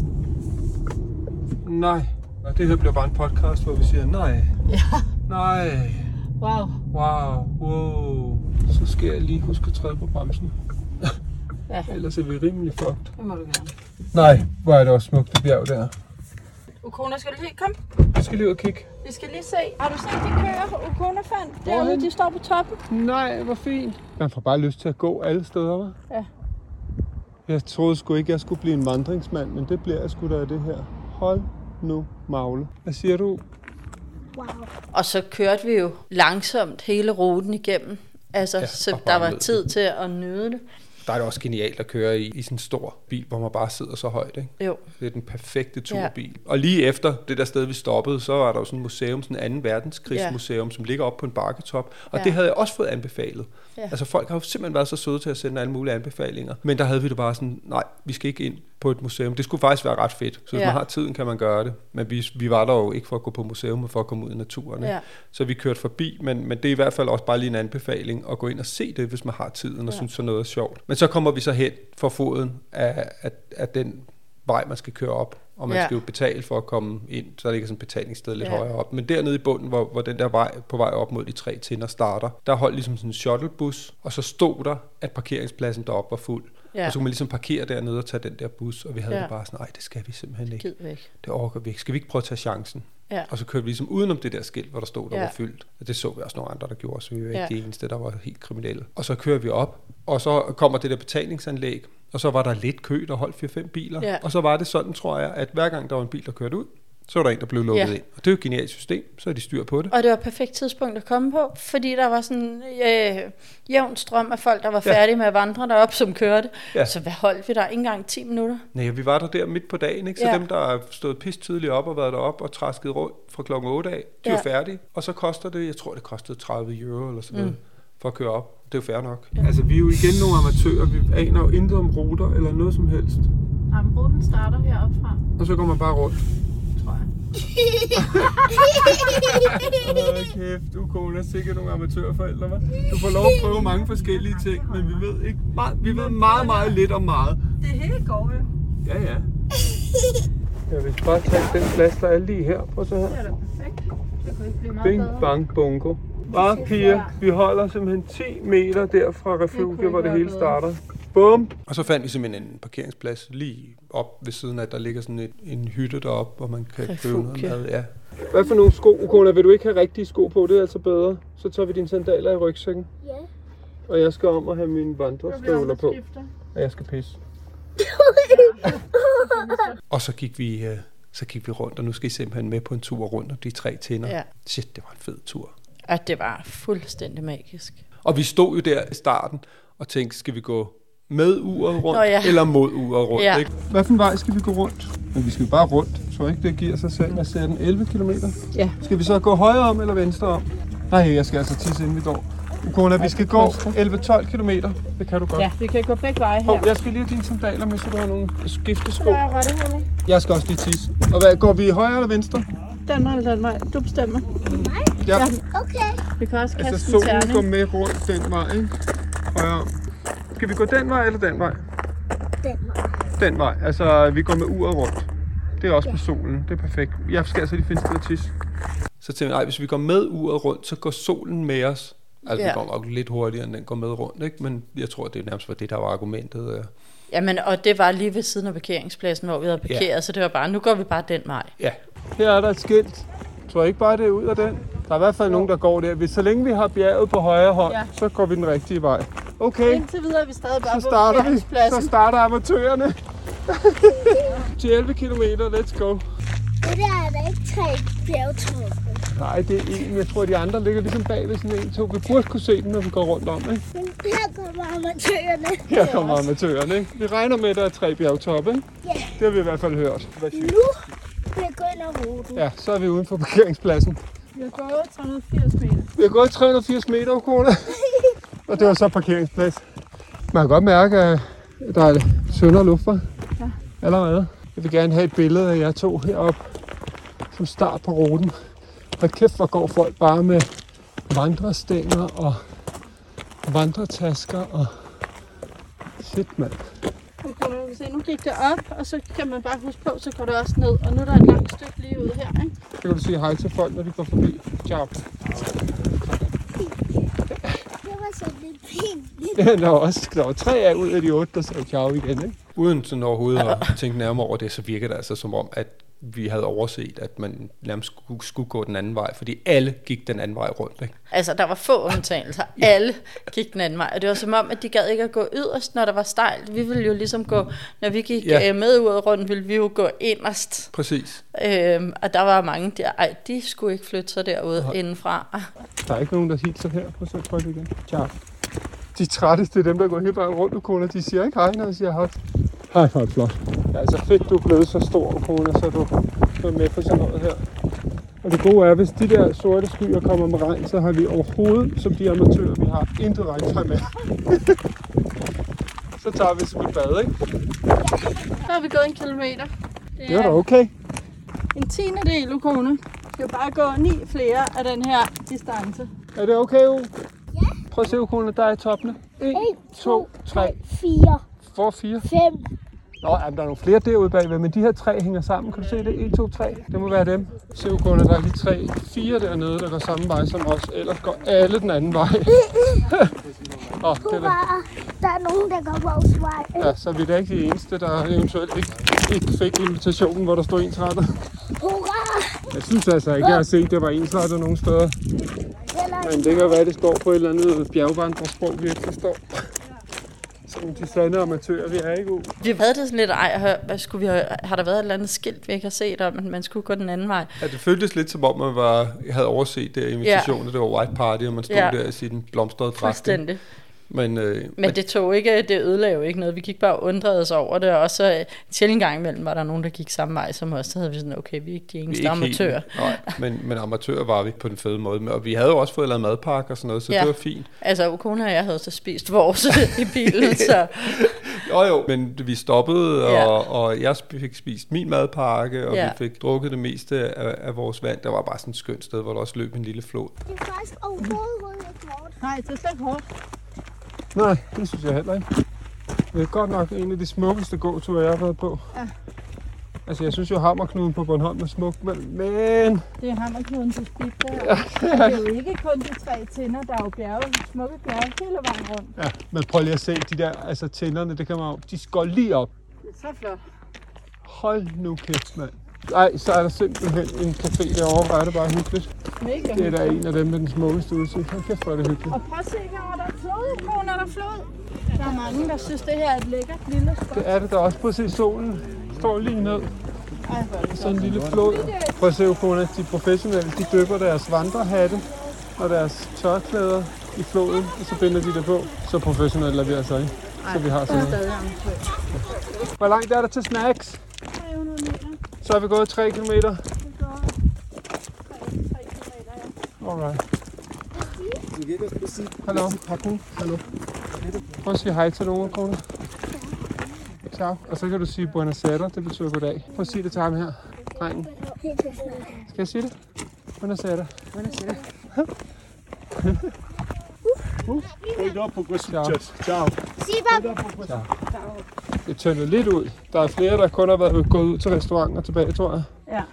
Nej. Og det her bliver bare en podcast, hvor vi siger nej. Ja, Nej. wow. Wow. Wow. Så skal jeg lige huske at træde på bremsen. Ja, Ellers er vi rimelig fucked. det må du gerne. Nej, hvor er det også smukt, det bjerg der. Ukona, skal du lige komme? Vi skal lige ud og kigge. Vi skal lige se. Har du set, de kører Ukona fandt? Derude, Hvorhen? de står på toppen. Nej, hvor fint. Man får bare lyst til at gå alle steder, hva'? Ja. Jeg troede sgu ikke, jeg skulle blive en vandringsmand, men det bliver jeg sgu da af det her. Hold nu magle. Hvad siger du? Wow. Og så kørte vi jo langsomt hele ruten igennem. Altså, Ja, ja, så og der bare var ned. tid til at nyde det. Der er det også genialt at køre i, i sådan en stor bil, hvor man bare sidder så højt, ikke? Jo. Det er den perfekte turbil. Ja. Og lige efter det der sted, vi stoppede, så var der jo sådan et museum, sådan en anden verdenskrigsmuseum, ja. som ligger oppe på en bakketop. Og Ja. det havde jeg også fået anbefalet. Ja. Altså folk har jo simpelthen været så søde til at sende alle mulige anbefalinger. Men der havde vi det bare sådan, nej, vi skal ikke ind på et museum. Det skulle faktisk være ret fedt. Så hvis ja. man har tiden, kan man gøre det. Men vi, vi var der jo ikke for at gå på museum, men for at komme ud i naturen. Ja. Så vi kørte forbi, men, men det er i hvert fald også bare lige en anbefaling at gå ind og se det, hvis man har tiden og ja. synes, så noget er sjovt. Men så kommer vi så hen for foden af, af, af den vej, man skal køre op. Og man ja. skal jo betale for at komme ind, så der ligger sådan et betalingssted lidt ja. højere op. Men dernede i bunden, hvor, hvor den der vej på vej op mod de tre tinder starter, der holdt ligesom sådan en shuttlebus, og så stod der, at parkeringspladsen deroppe var fuld. Ja. Og så kunne man ligesom parkere dernede og tage den der bus, og vi havde ja. det bare sådan, nej, det skal vi simpelthen ikke. Det orker vi ikke. Skal vi ikke prøve at tage chancen? Ja. Og så kørte vi ligesom udenom det der skilt, hvor der stod, der ja. var fyldt. Og det så vi også nogle andre, der gjorde, så vi var ikke ja. de eneste, der var helt kriminelle. Og så kører vi op, og så kommer det der betalingsanlæg, og så var der lidt kø, der holdt fire fem biler. Ja. Og så var det sådan, tror jeg, at hver gang der var en bil, der kørte ud, så var der en, der blev lukket ja. ind. Og det er jo et genialt system, så er de styr på det. Og det var et perfekt tidspunkt at komme på, fordi der var sådan øh, jævn strøm af folk, der var færdige ja. med at vandre derop, som kørte. Ja. Så hvad holdt vi der? Ikke engang ti minutter? Nej, vi var der der midt på dagen, ikke? Så ja. dem, der har stået pis tidligt op og været deroppe og trasket rundt fra klokken otte af, de ja. var færdige. Og så koster det, jeg tror, det kostede tredive euro eller sådan noget. Mm. for at køre op. Det er jo fair nok. Ja. Altså, vi er jo igen nogle amatører. Vi aner jo intet om ruter eller noget som helst. Jamen, ruten starter heroppe fra. Og så går man bare rundt. Tror jeg. Åh, kæft, du kone sikkert nogle amatørforældre, hva'? Du får lov at prøve mange forskellige ting, men vi ved ikke meget, vi ved meget, meget lidt om meget. Det hele går jo. Ja, ja. Jeg vil bare tage den plads, der er lige her. Prøv så her. Det er da perfekt. Det kunne ikke blive meget Bing, bedre. bang, bungo. Bare piger, vi holder simpelthen ti meter der fra refugie, hvor det hele starter. Bum! Og så fandt vi simpelthen en parkeringsplads lige op ved siden af, der ligger sådan et, en hytte deroppe, hvor man kan købe noget mad. Ja. Hvad for nogle sko, Kona? Vil du ikke have rigtige sko på? Det er altså bedre. Så tager vi dine sandaler i rygsækken. Ja. Og jeg skal om at have mine vandrestøvler på. Og jeg skal pisse. Og så gik vi... Uh, Så gik vi rundt, og nu skal I simpelthen med på en tur rundt om de tre tinder. Ja. Shit, det var en fed tur. Ja, det var fuldstændig magisk. Og vi stod jo der i starten og tænkte, skal vi gå med uret rundt, Nå, ja. eller mod uret rundt? Ja. Ikke? Hvad for en vej skal vi gå rundt? Men vi skal bare rundt. Jeg tror ikke, det giver sig selv. Jeg ser den elleve kilometer. Ja. Skal vi så gå højre om eller venstre om? Nej, jeg skal altså tisse, inden vi går. Ukona, vi skal gå elleve tolv kilometer. Det kan du godt. Ja, vi kan gå begge veje her. Oh, jeg skal lige have dine sandaler med, så du har nogle skiftesko. Ja, jeg det her. Jeg skal også lige tisse. Og hvad, går vi højre eller venstre? Den vej eller den vej. Du bestemmer. Nej? Ja. Ja. Okay. Vi kan også kaste altså, en terning. solen går med rundt den vej, ikke? Højre. Skal vi gå den vej eller den vej? Den vej. Den vej. Altså, vi går med uret rundt. Det er også ja. med solen. Det er perfekt. Jeg skal altså lige finde sted at tisse. Så tænkte jeg, nej, hvis vi går med uret rundt, så går solen med os. Altså, ja. vi går nok lidt hurtigere, end den går med rundt, ikke? Men jeg tror, det er nærmest var det, der var argumentet. Jamen, og det var lige ved siden af parkeringspladsen, hvor vi havde parkeret, ja. så det var bare, nu går vi bare den vej. Ja. Her er der et skilt. Jeg tror ikke bare, det er ud af den. Der er i hvert fald jo. nogen, der går der. Hvis så længe vi har bjerget på højre hånd, ja. så går vi den rigtige vej. Okay. Indtil videre er vi stadig bare så starter vi. Så starter amatørerne. Til elleve kilometer, let's go. Det der er der ikke tre bjergtoppe. Nej, det er en. Jeg tror, de andre ligger ligesom bag ved sådan en, to. Vi burde kunne se dem, når vi går rundt om, ikke? Men her kommer amatørerne. Her kommer amatørerne, ikke? Vi regner med, at der er tre bjergtoppe, ikke? Ja. Det har vi i hvert fald hørt. Nu vil jeg gå ind og rute. Ja, så er vi uden for parkeringspladsen. Vi har gået tre hundrede og firs meter. Vi har gået tre hundrede og firs meter, Kona. Og det var så parkeringsplads. Man kan godt mærke, at der er sønder luft, hva'? Ja. Allerede. Jeg vil gerne have et billede af jer to heroppe som start på ruten. Og kæft, hvor går folk bare med vandrestænger og vandretasker og shit, mand. Okay, se, nu gik det op, og så kan man bare huske på, så går det også ned. Og nu er der et langt stykke lige ud her, ikke? Så kan du sige hej til folk, når de går forbi. Ciao. Det var så lidt pinligt. Ja, der var også der var tre af ud af de otte, der sagde ciao igen, ikke? Uden sådan overhovedet at tænke nærmere over det, så virker det altså som om, at vi havde overset, at man nærmest skulle, skulle gå den anden vej, fordi alle gik den anden vej rundt, ikke? Altså, der var få undtagelser. Alle gik den anden vej, og det var som om, at de gad ikke at gå yderst, når der var stejlt. Vi ville jo ligesom gå, når vi gik ja. med uret rundt, ville vi jo gå inderst. Præcis. Øhm, og der var mange der, ej, de skulle ikke flytte sig derude ja. indenfra. Der er ikke nogen, der hilser her. Prøv så at trykke igen. Ciao. De trætteste, det er dem, der går helt bare rundt, Ukona. De siger ikke hej, når de siger hej. Hej, hvor flot. Det er altså fedt, du er blevet så stor, Ukona, så du er med på sådan noget her. Og det gode er, hvis de der sorte skyer kommer med regn, så har vi overhovedet, som de amatører, vi har intet regntøj med. Så tager vi som et bad, ikke? Så har vi gået en kilometer. Det Det var da okay. en tiende del, Ukone. Vi skal bare gå ni flere af den her distance. Er det okay, U? Ja. Prøv at se, Ukone, der er i toppene. en, to, tre, fire, fire, fire. fem. Nå, jamen, der er nogle flere derude bagved, men de her tre hænger sammen. Kan du se det? en, to, tre. Det må være dem. Se, Ukone, der er lige tre, fire dernede, der går samme vej som os. Ellers går alle den anden vej. oh, det er det. Der er nogen, der går vores vej. Ja, så vi er da ikke de eneste, der eventuelt ikke, ikke fik invitationen, hvor der stod ensrettet. Hurra! Jeg synes altså ikke, jeg har set, at det var ensrettet nogen steder. Men det kan være, at det står på et eller andet bjergvandrersprog, vi ikke forstår. Som de sande amatører, vi er ikke ud. Vi havde det sådan lidt, ej, hvad skulle vi have, har der været et eller andet skilt, vi ikke har set om, at man skulle gå den anden vej? Ja, det føltes lidt som om, man var, havde overset der invitationen, ja. Det var white party, og man stod ja. der i sin blomstrede dragt. Fuldstændig. Men, øh, men det tog ikke, det ødelagde jo ikke noget. Vi gik bare og undrede os over det, og så sjældent gang imellem var der nogen, der gik samme vej som os. Så havde vi sådan, okay, vi er ikke de eneste amatører. Helt, nej, men, men amatører var vi på den fede måde. Og vi havde jo også fået lavet madpakke og sådan noget, så ja. det var fint. Altså, Ukone og jeg havde så spist vores i bilen, så... jo jo, men vi stoppede, og, ja. og jeg fik spist min madpakke, og ja. vi fik drukket det meste af, af vores vand. Der var bare sådan et skønt sted, hvor der også løb en lille flod. Det er faktisk overhovedet ikke hårdt. Nej, det er slet ikke hårdt. Nej, det synes jeg heller ikke. Det er godt nok en af de smukkeste gåture, jeg har været på. Ja. Altså, jeg synes jo, Hammerknuden på Bornholm er smuk, men... Det er Hammerknuden til Spit der. Ja, det, er... det er jo ikke kun de tre tinder, der er jo bjerge, smukke bjerge hele vejen rundt. Ja, men prøv lige at se de der, altså tinderne, det kan man jo... De går lige op. Det er så flot. Hold nu kæft, mand. Ej, så er der simpelthen en café derovre, hvor er det bare hyggeligt. Mega. Det er da en af dem med den smukkeste udsigt. Hold kæft, hvor er det hyggeligt. Og prøv at se her, der er flod, Ukone, er der flod. Der er mange, der synes, det her er et lækkert lille spot. Det er det, der også. Prøv at se solen. Står lige ned. Ej, sådan en lille flod. Prøv at se, Ukone, de professionelle, de dypper deres vandrehatte og deres tørklæder i floden, og så binder de det på. Så professionelle er vi altså ikke. Så vi har sådan noget. Hvor langt er der til snacks? tre hundrede meter. Så har vi gået tre kilometer. Vi går tre kilometer, ja. Alright. Hallo. Hallo. Prøv at sige hej til nogen, Ukone. Ciao. Og så kan du sige buenos aires, det betyder goddag. Prøv at sige det til ham her, drengen. Skal jeg sige det? Buenos aires. Buenos aires. Ciao. Ciao. Ciao. Det tønder lidt ud. Der er flere, der kun har været gået ud til restauranter tilbage, tror jeg. Ja.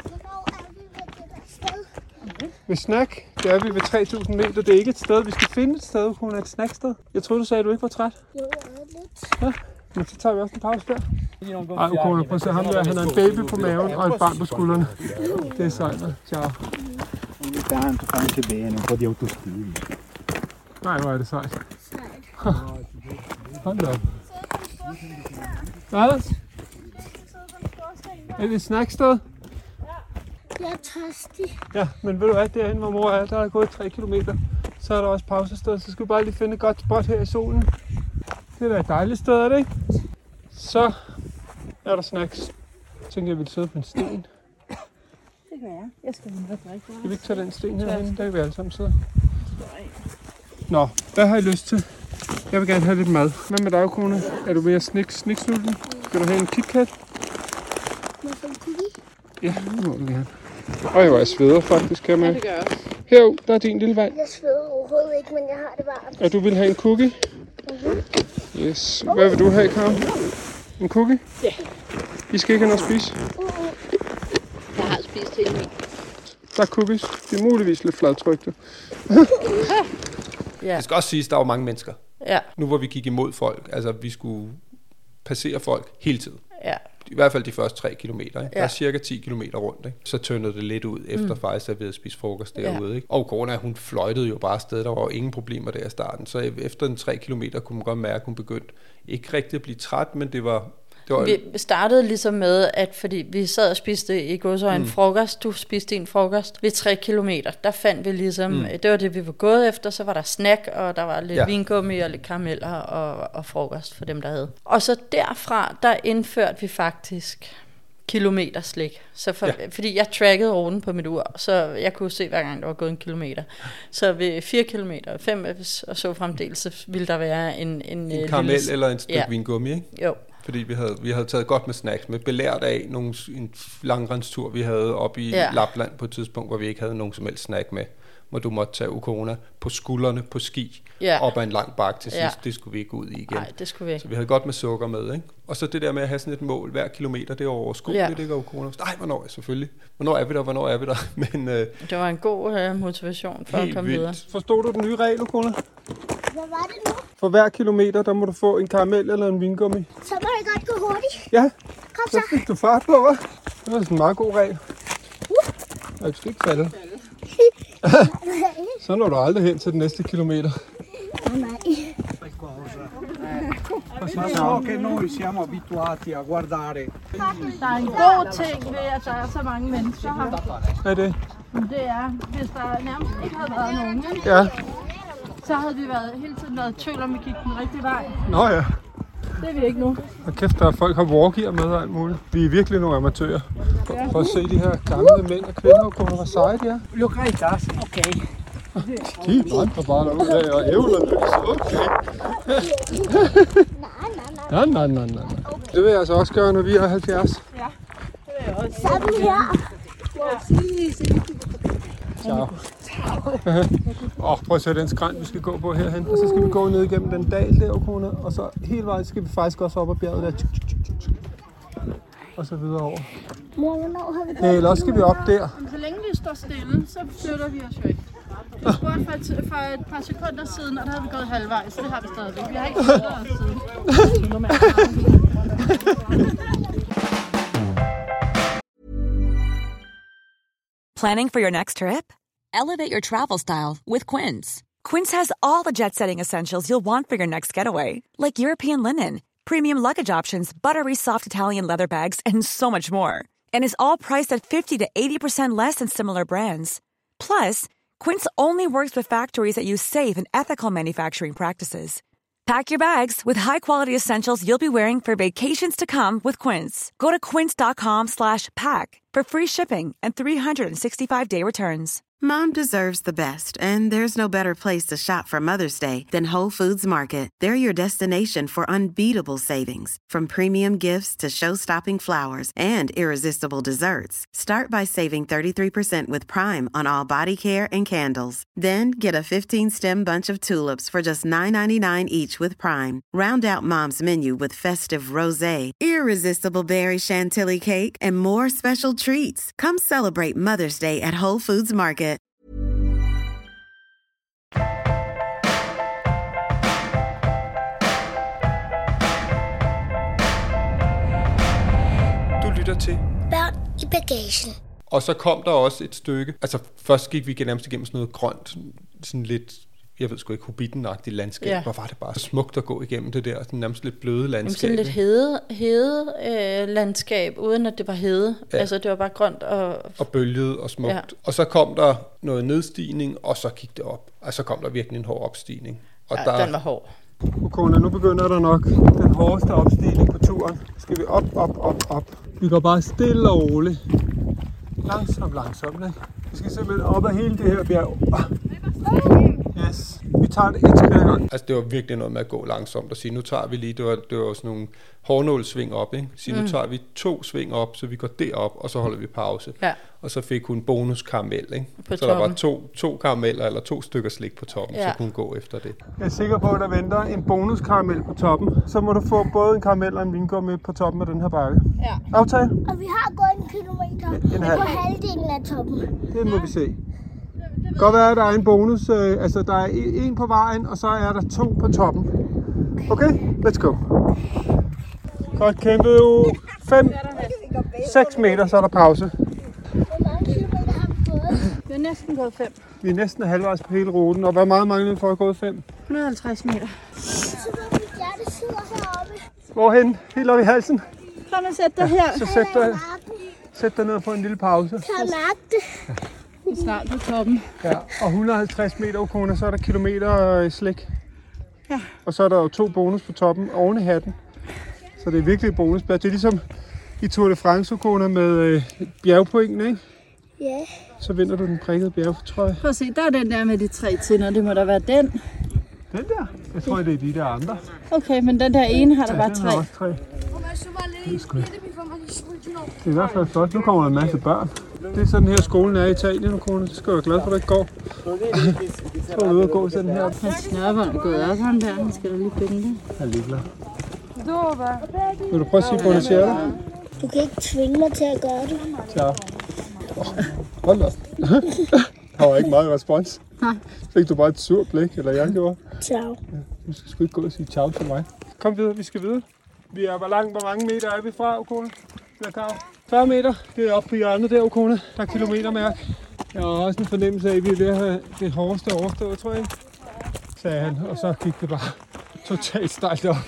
Ved snack, det er vi ved tre tusind meter. Det er ikke et sted, vi skal finde et sted, hun er et snacksted. Jeg troede, du sagde, at du ikke var træt. Jo, lidt. Ja, men så tager vi også en pause der. Ej, Ukone, prøv at se ham der. Han har en baby på maven og et barn på skuldrene. Det er sejt. Ciao. Nej, hvor er det sejt. Hold da op. Hvad? Er det et snacksted? Jeg er tørstig. Ja, men ved du hvad, derhen hvor mor er, der er gået tre kilometer. Så er der også pausested, så skal vi bare lige finde et godt spot her i solen. Det er da et dejligt sted, er det ikke? Så er der snacks. Jeg tænker, jeg vil sidde på en sten. Det kan jeg. Jeg skal lige have drikke. Skal vi ikke tage den sten herinde? Der kan vi alle sammen sidde. Nå, hvad har I lyst til? Jeg vil gerne have lidt mad. Hvad med dig, Ukone? Er du mere snik, sniksulten? Skal du have en KitKat? Må jeg få en cookie? Ja, det må du gerne. Øj, hvor jeg sveder faktisk, kan man. Ja, det gør jeg. Her, der er din lille vand. Jeg sveder overhovedet ikke, men jeg har det varmt. Og du vil have en cookie? Mm-hmm. Yes. Hvad vil du have, Karen? En cookie? Ja. I skal ikke have noget at spise? Jeg har spist hele min. Der er cookies. De er muligvis lidt fladtrykte. Ja. Det skal også siges, at der var mange mennesker. Ja. Nu hvor vi gik imod folk, altså vi skulle passere folk hele tiden. Ja. I hvert fald de første tre kilometer. Ikke? Ja. Der er cirka ti kilometer rundt. Ikke? Så tøndede det lidt ud, efter mm. faktisk at vi havde spist frokost derude. Ja. Ikke? Og Corona, hun fløjtede jo bare afsted. Der var jo ingen problemer der i starten. Så efter en tre kilometer kunne man godt mærke, at hun begyndte ikke rigtig at blive træt, men det var... Det var vi startede ligesom med, at fordi vi sad og spiste i godsøjne mm. frokost, du spiste en frokost ved tre kilometer, der fandt vi ligesom, mm. det var det vi var gået efter, så var der snack, og der var lidt ja. vingummi og lidt karameller og, og frokost for dem, der havde. Og så derfra, der indførte vi faktisk kilometerslik. Så for, ja. Fordi jeg trackede ruten på mit ur, så jeg kunne se hver gang, der var gået en kilometer. Så ved fire kilometer, fem og så fremdeles, så ville der være en... En, en karamel lille, eller en stykke ja. vingummi, ikke? Jo. fordi vi havde, vi havde taget godt med snacks med, belært af nogle, en langrendstur, vi havde oppe i Ja. Lapland på et tidspunkt, hvor vi ikke havde nogen som helst snack med, hvor du måtte tage Ukona på skuldrene på ski, Ja. op ad en lang bakke til sidst. Ja. Det skulle vi ikke ud i igen. Nej, det skulle vi ikke. Så vi havde godt med sukker med, ikke? Og så det der med at have sådan et mål hver kilometer, det er overskueligt, Ja. det går Ukona. Nej, hvornår er selvfølgelig? Hvornår er vi der? Hvornår er vi der? Men øh, Det var en god øh, motivation for at helt komme videre. vildt. Forstod du den nye regel, Ukona? Hvad var det nu? For hver kilometer, der må du få en karamel eller en vingummi. Så må det godt gå hurtigt. Ja, Kom så så. fik du fart på, hva'? Det var sådan en meget god regel. Og du skal ikke falde. Så når du aldrig hen til den næste kilometer. Nej. Ma so che noi siamo abituati a guardare. Der er en god ting ved, at der er så mange mennesker her. Hvad er det? Det er, hvis der nærmest ikke havde været nogen, ikke? Ja. Så havde vi været, hele tiden været i tvivl om, vi gik den rigtige vej. Nå ja. Det er vi ikke nu. Og kæft, der er folk har walkier med og alt muligt. Vi er virkelig nogle amatører. For, for at se de her gamle mænd og kvinder, kunne hvor seje de er. Lucretas, okay. De vandrer bare derud og ævler løs. Okay. Nej, nej, nej, nej. Det vil jeg altså også gøre, når vi er halvfjerds. Sammen her. Ciao. Åh, oh, prøv at se den skrænt, vi skal gå på herhen. Og så skal vi gå ned igennem den dal der, Ukona. Og så hele vejen skal vi faktisk også op ad bjerget der. Og så videre over. Mor, hvornår har vi Ja, eller også skal vi op der. Men så længe vi står stille, så flytter vi os jo ikke. Vi spurgte for et, for et par sekunder siden, og der havde vi gået halvvejs, så det har vi stadigvæk. Vi har ikke flyttet os siden. Planning for your next trip? Elevate your travel style with Quince. Quince has all the jet-setting essentials you'll want for your next getaway, like European linen, premium luggage options, buttery soft Italian leather bags, and so much more. And is all priced at fifty to eighty percent less than similar brands. Plus, Quince only works with factories that use safe and ethical manufacturing practices. Pack your bags with high-quality essentials you'll be wearing for vacations to come with Quince. Go to quince.com slash pack for free shipping and three sixty-five day returns. Mom deserves the best, and there's no better place to shop for Mother's Day than Whole Foods Market. They're your destination for unbeatable savings, from premium gifts to show-stopping flowers and irresistible desserts. Start by saving thirty-three percent with Prime on all body care and candles. Then get a fifteen-stem bunch of tulips for just nine ninety-nine each with Prime. Round out Mom's menu with festive rosé, irresistible berry chantilly cake, and more special treats. Come celebrate Mother's Day at Whole Foods Market. Du lytter til. Børn i bagagen. Og så kom der også et stykke, altså først gik vi nærmest igennem sådan noget grønt, sådan lidt, jeg ved sgu ikke, Hobbiten-agtigt landskab, Ja. hvor var det bare smukt at gå igennem det der, sådan nærmest lidt bløde Jamen, landskab. sådan lidt hede, hede øh, landskab, uden at det var hede. Ja. Altså, det var bare grønt og... Og bølget og smukt. Ja. Og så kom der noget nedstigning, og så gik det op. Og så kom der virkelig en hård opstigning. Og Ja, der, den var hård. Ukona, nu begynder der nok den hårdeste opstigning på turen. Skal vi op, op, op, op. Vi går bare stille og roligt. Langsomt, langsomt, ikke? Vi skal simpelthen op ad hele det her bjerg. Yes. Vi tager det et skridt ad gangen. Altså det var virkelig noget med at gå langsomt og sige, nu tager vi lige, det var, det var sådan nogle hårnålsving op, ikke? Sige, nu Mm. tager vi to sving op, så vi går derop, og så holder vi pause. Ja. Og så fik hun bonus karamel, ikke? På så der var toppen. to, to karameller, eller to stykker slik på toppen, Ja. så kunne hun gå efter det. Jeg er sikker på, at der venter en bonuskaramel på toppen. Så må du få både en karamel og en vingummi på toppen af den her bakke. Ja. Aftale? Og vi har gået en kilometer En halv. på halvdelen af toppen. Det må vi se. Det kan godt være, at der er en bonus. Øh, altså, der er en på vejen, og så er der to på toppen. Okay? Let's go. Godt kæmpet, jo. fem, seks meter, så er der pause. Hvor mange kilometer har vi gået? Vi er næsten gået fem. Vi er næsten halvvejs på hele ruten, og hvor meget mangler vi for at gå fem? et hundrede og halvtreds meter. Så hvor mit hjerte sidder heroppe. Hvorhen? Helt op i halsen? Kom og sæt dig her. Så sæt dig, sæt dig ned på en lille pause. Kan jeg mærke det? Vi er snart på toppen. Ja, og et hundrede og halvtreds meter, Ukona, så er der kilometer øh, slik. Ja. Og så er der jo to bonus på toppen oven i hatten. Så det er virkelig et bonusplads. Det er ligesom i Tour de France, Ukona, med øh, bjergpointen, ikke? Ja. Så vinder du den prikkede bjergtrøje. Prøv at se, der er den der med de tre tinder. Det må da være den. Den der? Jeg tror, det er de der andre. Okay, men den der ene har der Ja, bare den tre. har også tre. Det er i hvert fald flot. Nu kommer der en masse børn. Det er sådan her, skolen er i Italien, nu, kone. Det skal jeg være glad for, at det ikke går. Så er du ude og gå sådan her. Hans snørbånd er gået op, ham der. Han skal da lige binde det. Jeg er ligeglad. Vil du prøve at sige, buonasera? Du kan ikke tvinge mig til at gøre det. Ciao. Oh, hold da. Der var ikke meget respons. Nej. Fik du bare et sur blik, eller jeg gjorde? Ciao. Ja, du skal sgu ikke gå og sige ciao til mig. Kom videre, vi skal videre. Vi er hvor langt, hvor mange meter er vi fra, Okona? fyrre meter, det er oppe på hjørnet der, Okona. Der er kilometermærk. Jeg har også en fornemmelse af, at vi er ved at have det hårdeste overstået, tror jeg. Sagde han, og så gik det bare totalt stejlt op.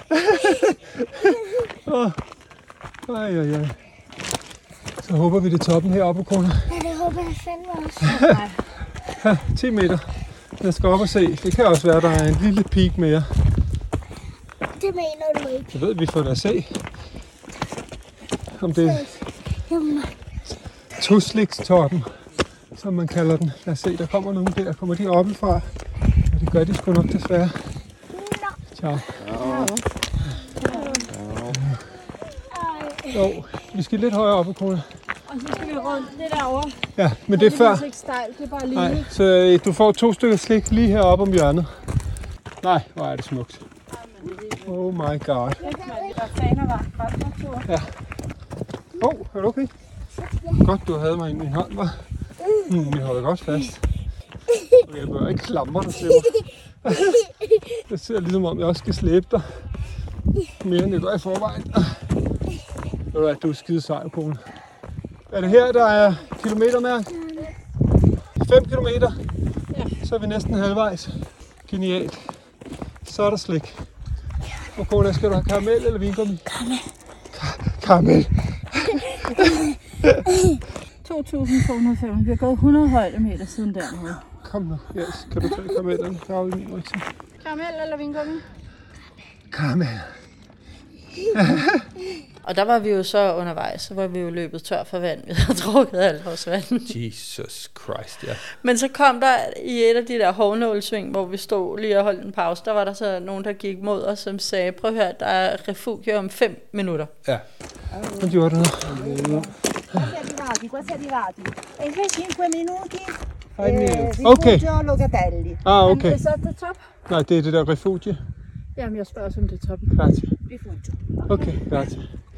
oh. Ej, ej, ej. Så håber vi, det er toppen heroppe, Okona. Ja, det håber jeg fandme også. Ja, ti meter. Jeg skal op og se. Det kan også være, der er en lille peak mere. Det mener du ikke. Jeg ved, vi får da se. Om det er Tuslikstoppen, som man kalder den. Lad os se, der kommer nogen der. Kommer de oppefra? Ja, det gør de sgu nok desværre. Ciao. Jo, vi skal lidt højere op, Okona. Og så skal vi rundt det derovre. Ja, men det er før. Det er ikke stejlt, det er bare lige. Nej, så øh, du får to stykker slik lige heroppe om hjørnet. Nej, hvor er det smukt. Oh my god. Ja. Åh, oh, er du okay? Godt, du havde mig i min hånd, hva'? Mm, jeg holder godt fast. Jeg bør ikke klamre dig til mig. Det ser ligesom om, jeg også skal slæbe dig. Mere end jeg gør i forvejen. Ved du hvad, du er skide sej, kone. Er det her, der er kilometermærk? fem kilometer. Så er vi næsten halvvejs. Genialt. Så er der slik. Og kone, skal du have karamel eller vingummi? Karamel. Ka- karamel. to tusind to hundrede og fem. Vi har gået hundrede højdemeter siden dernede. Kom nu, yes. Kan du tage karamellerne? Der er jo i min rygsæk. Karamel eller vingummi? Karamel. Og der var vi jo så undervejs, så var vi jo løbet tør for vand. Vi havde drukket alt vores vand. Jesus Christ, ja. Men så kom der i et af de der hovnålsving, hvor vi stod lige og holdt en pause, der var der så nogen, der gik mod os, som sagde, prøv at høre, der er refugie om fem minutter. Ja. Hvad gjorde du nu? Questi arrivati. E invece cinque minuti. Okay. Locatelli. Ah, okay. Er det så det top? Nej, det er det der refugie. Jamen, jeg spørger også, om det er toppen. Grazie. Rifugio. Okay, grazie.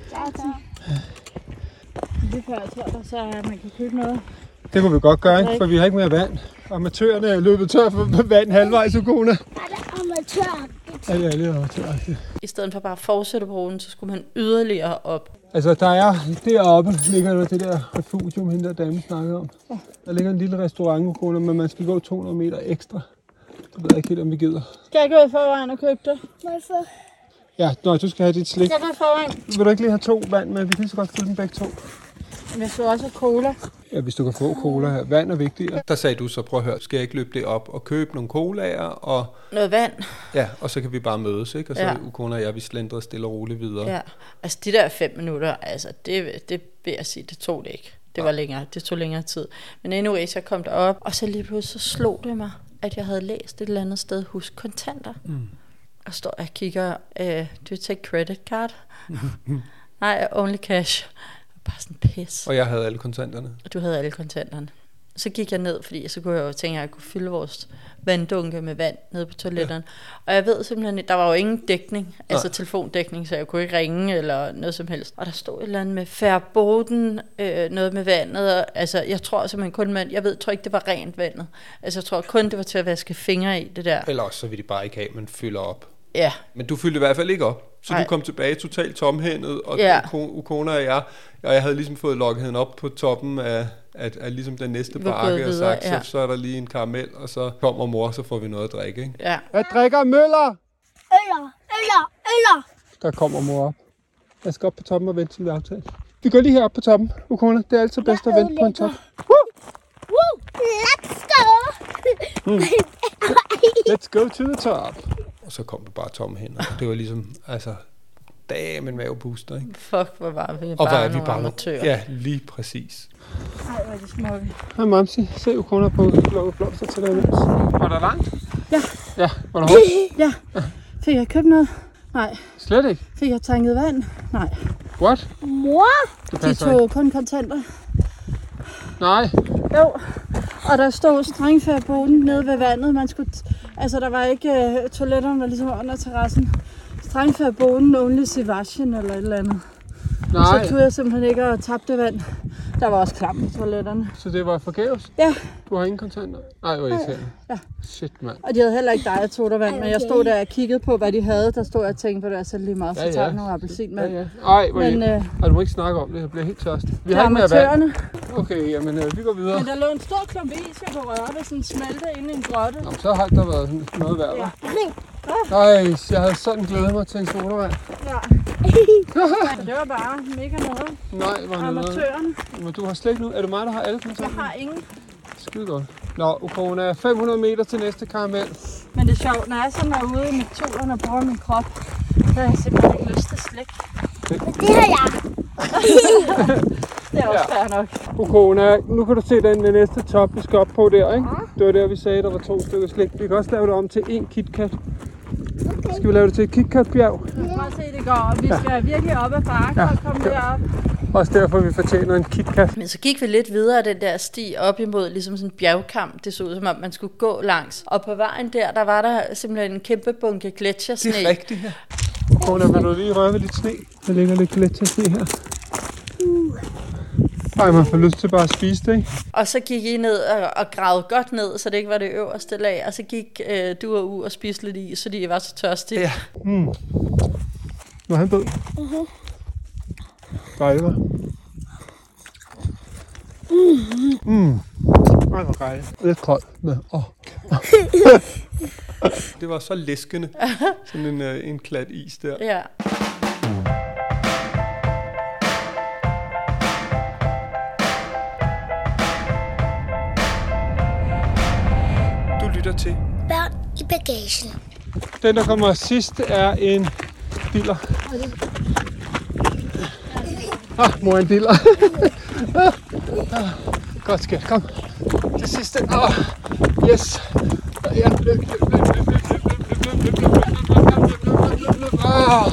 Det før, jeg tror, der så er, man kan købe noget. Det kunne vi godt gøre, ikke? For vi har ikke mere vand. Amatørerne er løbet tør for vand halvvejs, Okona. Er det amatøragtigt? Ja, det er lidt amatøragtigt. I stedet for bare at fortsætte på ruten, så skulle man yderligere op. Altså, der er deroppe, ligger der det der refugium, hende der dame snakkede om. Der ligger en lille restaurant, Okona, men man skal gå to hundrede meter ekstra. Det ved jeg ikke helt, om vi gider. Skal jeg gå i forvejen og købe det? Må jeg få? Ja, nøj, du skal have dit slik. Skal jeg gå i forvejen? Vil du ikke lige have to vand med? Vi kan så godt fylde dem begge to. Men jeg skal også have cola. Ja, hvis du kan få cola her. Vand er vigtigere. Der sagde du så, prøv at høre, skal jeg ikke løbe det op og købe nogle colaer? Og, Noget vand. ja, og så kan vi bare mødes, ikke? Og så Ja. ja. Ukona og jeg, vi slendrede stille og roligt videre. Ja, altså de der fem minutter, altså det, det vil jeg sige, det tog det ikke. Det var længere, det tog længere tid. Men anyway, så kom der op, og så lige pludselig så slog det mig, at jeg havde læst et eller andet sted, husk kontanter. Mm. Og står og kigger, uh, do you take credit card? Nej, only cash. Bare sådan pis. Og jeg havde alle kontanterne. Og du havde alle kontanterne. Så gik jeg ned, fordi så kunne jeg jo tænke, at jeg kunne fylde vores vanddunke med vand nede på toiletterne. Ja. Og jeg ved simpelthen, der var jo ingen dækning, altså telefondækning, så jeg kunne ikke ringe eller noget som helst. Og der stod et eller andet med færboden, øh, noget med vandet. Og, altså, jeg tror simpelthen kun, man, jeg ved, tror ikke, det var rent vandet. Altså, jeg tror kun, det var til at vaske fingre i, det der. Eller også, så vil de bare ikke have, man fylder op. Ja. Men du fyldte i hvert fald ikke op. Så Nej. du kom tilbage totalt tomhændet, og Ja. Ukona og jeg, og jeg havde ligesom fået lukket hende op på toppen af, af, af ligesom den næste Vi var bakke, gået og videre, sagt, ja. så, så er der lige en karamel, og så kommer mor, så får vi noget at drikke, ikke? Ja. Hvad drikker Møller? Øller, øller, øller. Der kommer mor op. Jeg skal op på toppen og vente, som vi har aftalt. Vi går lige herop på toppen, Ukona. Det er altid bedst at vente på en top. Woo! Let's go! Mm. Let's go to the top. Og så kom vi bare tomme hænder. Det var ligesom, altså, damn en mavepuster, ikke? Fuck, hvor var vi Og bare hvor er vi nogle bare amatører. Ja, lige præcis. Ej, hvor er det smukke. Hej Mamsi, se Ukona på blå blomster til dig imens. Var der langt? Ja. Ja, var det hårdt? Ja. Fik jeg købt noget? Nej. Slet ikke? Fik jeg tanket vand? Nej. What? Mor? De tog kun kontanter. Nej. Jo. Og der stod strengfærboden nede ved vandet. Man skulle, altså der var ikke uh, toiletterne var ligesom under terrassen. Strengfærboden, only Sebastian eller et eller andet. Nej. Så tog jeg simpelthen ikke at tabe det vand. Der var også klamt i toiletterne. Så det var forgæves? Ja. Du har ingen kontanter? Nej, hvor er I Ja. Shit, mand. Og de havde heller ikke dig at tog der vand, men jeg stod der og kiggede på, hvad de havde. Der stod jeg og tænkte på, det er så lige meget, så Ja, ja. tager jeg nogle appelsinvand. Ja, ja. Ej, hvor Men, I... øh, Ej, du må ikke snakke om det, jeg bliver helt tørstig. Vi til har ikke mere vand. amatørerne. Okay, jamen øh, vi går videre. Men der lå en stor klump is, jeg kunne røre det, sådan smelte inde i en grotte. Nå, så har der været sådan noget værd, Ja. hva'? Nej, jeg havde sådan glædet mig til en sodavand. Ja. Det var bare mega noget. Nej, hvor noget. Amatørerne. Men du har slet ikke nu. Er det mig, der har alle kontakter? Jeg har ingen. Skide godt. Nå, Ukona, fem hundrede meter til næste karamel. Men det er sjovt, når jeg sådan er ude i naturen og bruger min krop, så har jeg simpelthen ikke lyst til slik. Det har jeg. Det er også Ja. fair nok. Ukona, nu kan du se den næste top, vi skal op på der, ikke? Det var der, vi sagde, der var to stykker slik. Vi kan også lave det om til en KitKat. Okay. Skal vi lave det til et KitKat-bjerg? Prøv at se, det går. Vi skal ja. virkelig op ad bakken Ja. og komme derop. Også derfor, vi fortjener en KitKat. Men så gik vi lidt videre af den der sti op imod ligesom sådan en bjergkamp. Det så ud som om, man skulle gå langs. Og på vejen der, der var der simpelthen en kæmpe bunke gletsjersne. Det er rigtigt her. Ukona, vil du lige røre ved lidt sne? Der ligger lidt gletsjersne her. Ej, man får lyst til bare at spise det, ikke? Og så gik I ned og, og gravede godt ned, så det ikke var det øverste lag. Og så gik øh, du og U og spiste lidt is, fordi I var så tørstige. Ja. Mm. Nu er han død. Mhm. Dejligt, hva'? Mm. Ej, hvor dejligt. Lidt koldt med. Oh. Det var så læskende. Sådan en, uh, en klat is der. Ja. Du lytter til. Børn i bagagen. Den, der kommer sidst, er en diller. Ah, mor er en diller. ah, godt skat, kom. Det sidste. Ah, yes. Ja. Ah.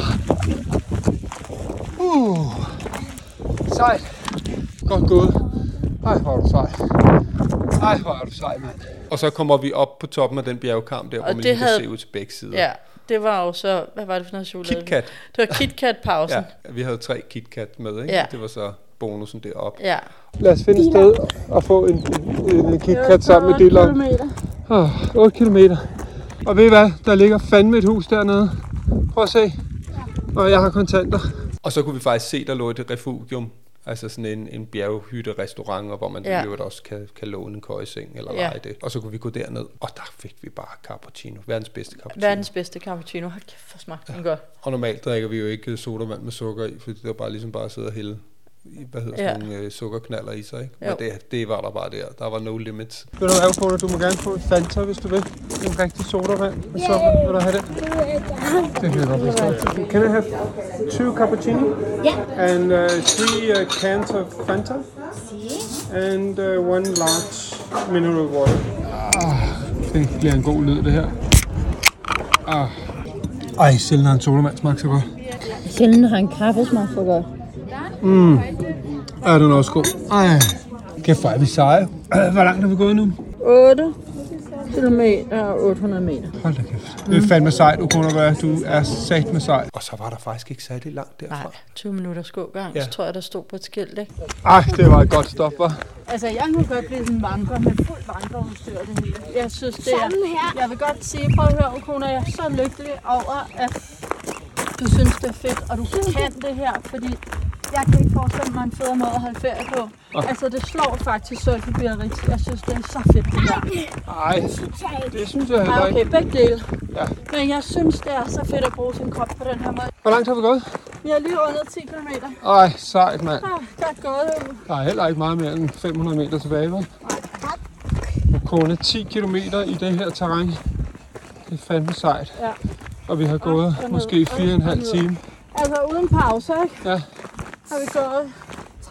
Uh. Sejt. Godt gået. Ej, hvor er du sej. Ej, hvor er du sej, mand. Og så kommer vi op på toppen af den bjergkamp der, og hvor man lige havde... kan se ud til begge sider. Ja, det var jo så, hvad var det for noget chokolade? KitKat. Det var KitKat-pausen. Ja, vi havde tre KitKat med, ikke? Ja. Det var så bonusen deroppe. Ja. Lad os finde et sted og få en, en, en KitKat sammen med dilleren. Oh, otte kilometer. Og ved I hvad? Der ligger fandme et hus dernede. Prøv at se. Og jeg har kontanter. Og så kunne vi faktisk se, der lå et refugium. Altså sådan en, en bjerghytte-restaurant, hvor man ja. også kan, kan låne en køjeseng eller ja. lege det. Og så kunne vi gå derned, og der fik vi bare cappuccino. Verdens bedste cappuccino. Verdens bedste cappuccino. Hold kæft, for smagte den ja. godt. Og normalt drikker vi jo ikke sodavand med sukker i, for det var bare ligesom bare at sidde og hælde hvad hedder sådan ja. nogle øh, sukkerknaller i sig, ikke? Men det, det var der bare der. Der var no limits. Vil du have, Kona? Du må gerne få en Fanta, hvis du vil. En rigtig sodavand med sukker. Vil du have det? Det kan jeg godt forstå. Can I have two cappuccino? Yeah. And uh, three uh, cans of Fanta? And uh, one large mineral water. Ah, det bliver en god lyd, det her. Ah. Ej, sjældent har en sodavand smagt så godt. Sjældent har en kaffe smagt så godt. Mm. Ja, den er også god. Ej, kæft, hvor er vi seje. Hvor langt er vi gået nu? otte kilometer og otte hundrede meter. Hold da kæft. Det er fandme sejt, Ukona. Du er sat med sej. Og så var der faktisk ikke særlig langt derfra. Nej, tyve minutter gågang, ja. Så tror jeg, der stod på et skilt, ikke? Ej, det var et godt stof, hva'? Altså, jeg kunne godt blive sådan en vandrer med fuld vandreudstyr det hele. Jeg synes, det er... Jeg vil godt sige, prøv at høre, Ukona, jeg er så lykkelig over, at du synes, det er fedt, og du kan det her, fordi jeg kan ikke forestille mig en federe måde at holde ferie på. Oh. Altså, det slår faktisk Sølke Biarritz. Jeg synes, det er så fedt, det der. Nej, det synes jeg heller ikke. Okay, begge dele. Ja. Men jeg synes, det er så fedt at bruge sin krop på den her måde. Hvor langt har vi gået? Vi har lige under ti kilometer. Ej, sejt, mand. Ja, godt gået. Der er heller ikke meget mere end fem hundrede meter tilbage, vel? Nej. Ukona, ti kilometer i det her terræn. Det er fandme sejt. Ja. Og vi har gået ja, måske fire og en halv time. Altså uden pause, ikke? Ja. Har vi gået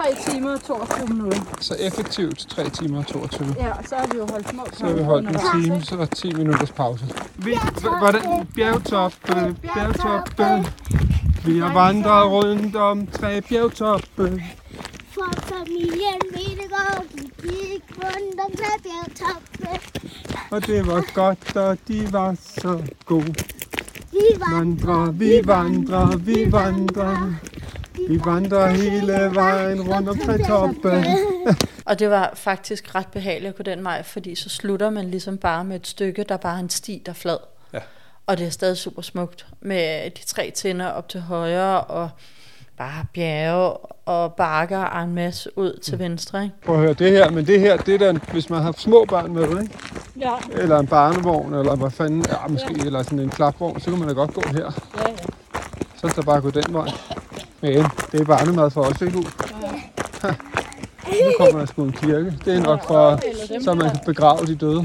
tre timer og toogtyve minutter. Så effektivt tre timer og toogtyve. Ja, og så har vi jo holdt små pauser. Så har vi holdt en time, så ti minutters pause. Vi, hvordan? Bjergtoppe, bjergtoppe. Vi har vandret rundt om tre bjergtoppe. For familien Hvidegård, de gik rundt om tre bjergtoppe. Og det var godt, og de var så gode. Vi vandrer, vi vandrer, vi vandrer. Vi vandrer hele vejen rundt om tre toppe. Og det var faktisk ret behageligt at gå den vej, fordi så slutter man ligesom bare med et stykke, der bare er en sti, der er flad. Ja. Og det er stadig super smukt med de tre tinder op til højre, og bare bjerge og bakker og en masse ud til venstre. Ikke? Prøv at høre det her, men det her, det er der, hvis man har små børn med, ikke? Ja. Eller en barnevogn, eller hvad fanden, ja, måske, ja. Eller sådan en klapvogn, så kan man da godt gå her. Ja, ja. Så er der bare gå den vej. Men det er barnemad for os, ikke ud? Ja. Nu kommer der sgu en kirke. Det er nok for, så man kan begrave de døde.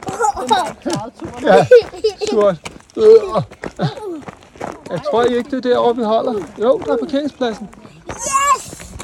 Ja, stort. Jeg tror ikke, det er derovre, vi holder. Jo, der er parkeringspladsen. Yes!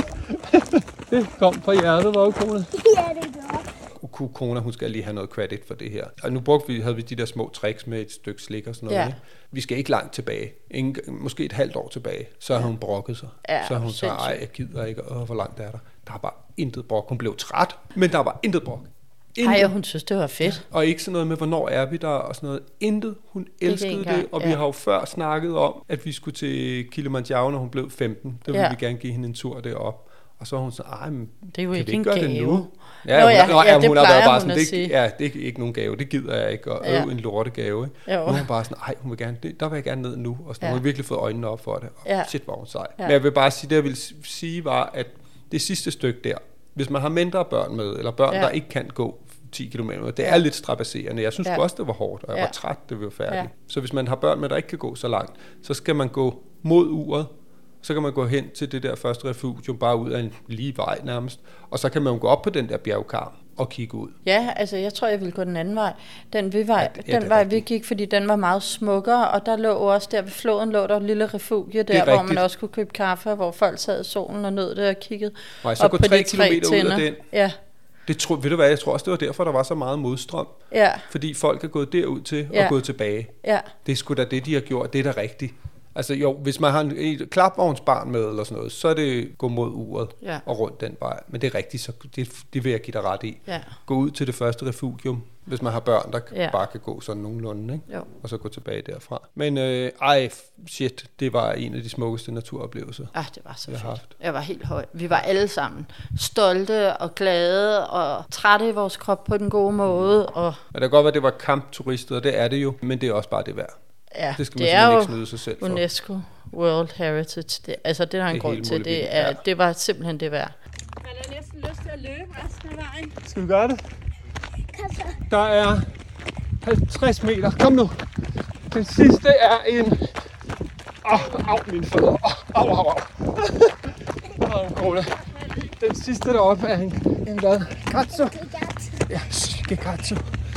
Det kom fra hjertet, var kone. Ja, det gør. Kona, hun skal lige have noget credit for det her. Og nu brugte vi, havde vi de der små tricks med et stykke slik og sådan noget. Ja. Ikke? Vi skal ikke langt tilbage. Ingen, måske et halvt år tilbage. Så har hun brokket sig. Ja, så har hun sagt, ej, jeg gider ikke. Åh, hvor langt er der? Der er bare intet brok. Hun blev træt, men der var intet brok. Ej, hun synes, det var fedt. Og ikke sådan noget med, hvornår er vi der, og sådan noget. Intet. Hun elskede det, det og ja. Vi har jo før snakket om, at vi skulle til Kilimanjaro, når hun blev femten. Der ville ja. vi gerne give hende en tur derop. Og så var hun sådan, ej, men det er jo kan ikke vi ikke en gøre gave. det nu? Ja, Nå, ja, hun, ja, ja, det hun har været bare sådan, det, det, ja, det er ikke nogen gave, det gider jeg ikke, og ja. øh, en lortegave. Ikke? Nu er hun bare sådan, ej, hun vil gerne, det, der vil jeg gerne ned nu, og sådan, ja. hun har virkelig fået øjnene op for det, og ja. shit, hvor hun sej. Ja. Men jeg vil bare sige, det jeg vil sige var, at det sidste stykke der, hvis man har mindre børn med, eller børn, ja. der ikke kan gå ti kilometer, det er lidt strabasserende. Jeg synes ja. også, det var hårdt, og jeg ja. var træt, det var færdigt. Ja. Så hvis man har børn med, der ikke kan gå så langt, så skal man gå mod uret, så kan man gå hen til det der første refugium, bare ud af en lige vej nærmest, og så kan man gå op på den der bjergkarm og kigge ud. Ja, altså jeg tror, jeg ville gå den anden vej. Den, vi vej, ja, ja, den vej, vi gik, fordi den var meget smukkere, og der lå også der ved floden, lå der et lille refugie der, hvor man også kunne købe kaffe, hvor folk sad i solen og nød det og kiggede. Nej, så gå tre kilometer ud af den. Ja. Det tro, ved du hvad, jeg tror også, det var derfor, der var så meget modstrøm. Ja. Fordi folk er gået derud til ja. og gået tilbage. Ja. Det er sgu da det, de har gjort. Det er da rigtigt. Altså jo, hvis man har en, et klapvognsbarn med eller sådan noget, så er det gå mod uret ja. og rundt den vej. Men det er rigtigt, så det, det vil jeg give dig ret i. Ja. Gå ud til det første refugium, hvis man har børn, der ja. bare kan gå sådan nogenlunde, ikke? Jo. Og så gå tilbage derfra. Men øh, ej, shit, det var en af de smukkeste naturoplevelser. Ah, det var så jeg fedt. Haft. Jeg var helt høj. Vi var alle sammen stolte og glade og trætte i vores krop på den gode måde. Og men det kan godt være, det var kampturister, og det er det jo, men det er også bare det værd. Ja, det skal det man er ikke snyde sig selv for. UNESCO World Heritage. Det, altså det har en grund til. Det, er, ja. det var simpelthen det værd. Jeg har næsten lyst til at løbe resten af vejen. Skal vi gøre det? Der er halvtreds meter. Kom nu. Den sidste er en... Åh, oh, au, mine fødder. Åh, oh, au, au, au. Åh, Cola. Den sidste deroppe er en... En hvad? Katsu. Ja, Gekatsu.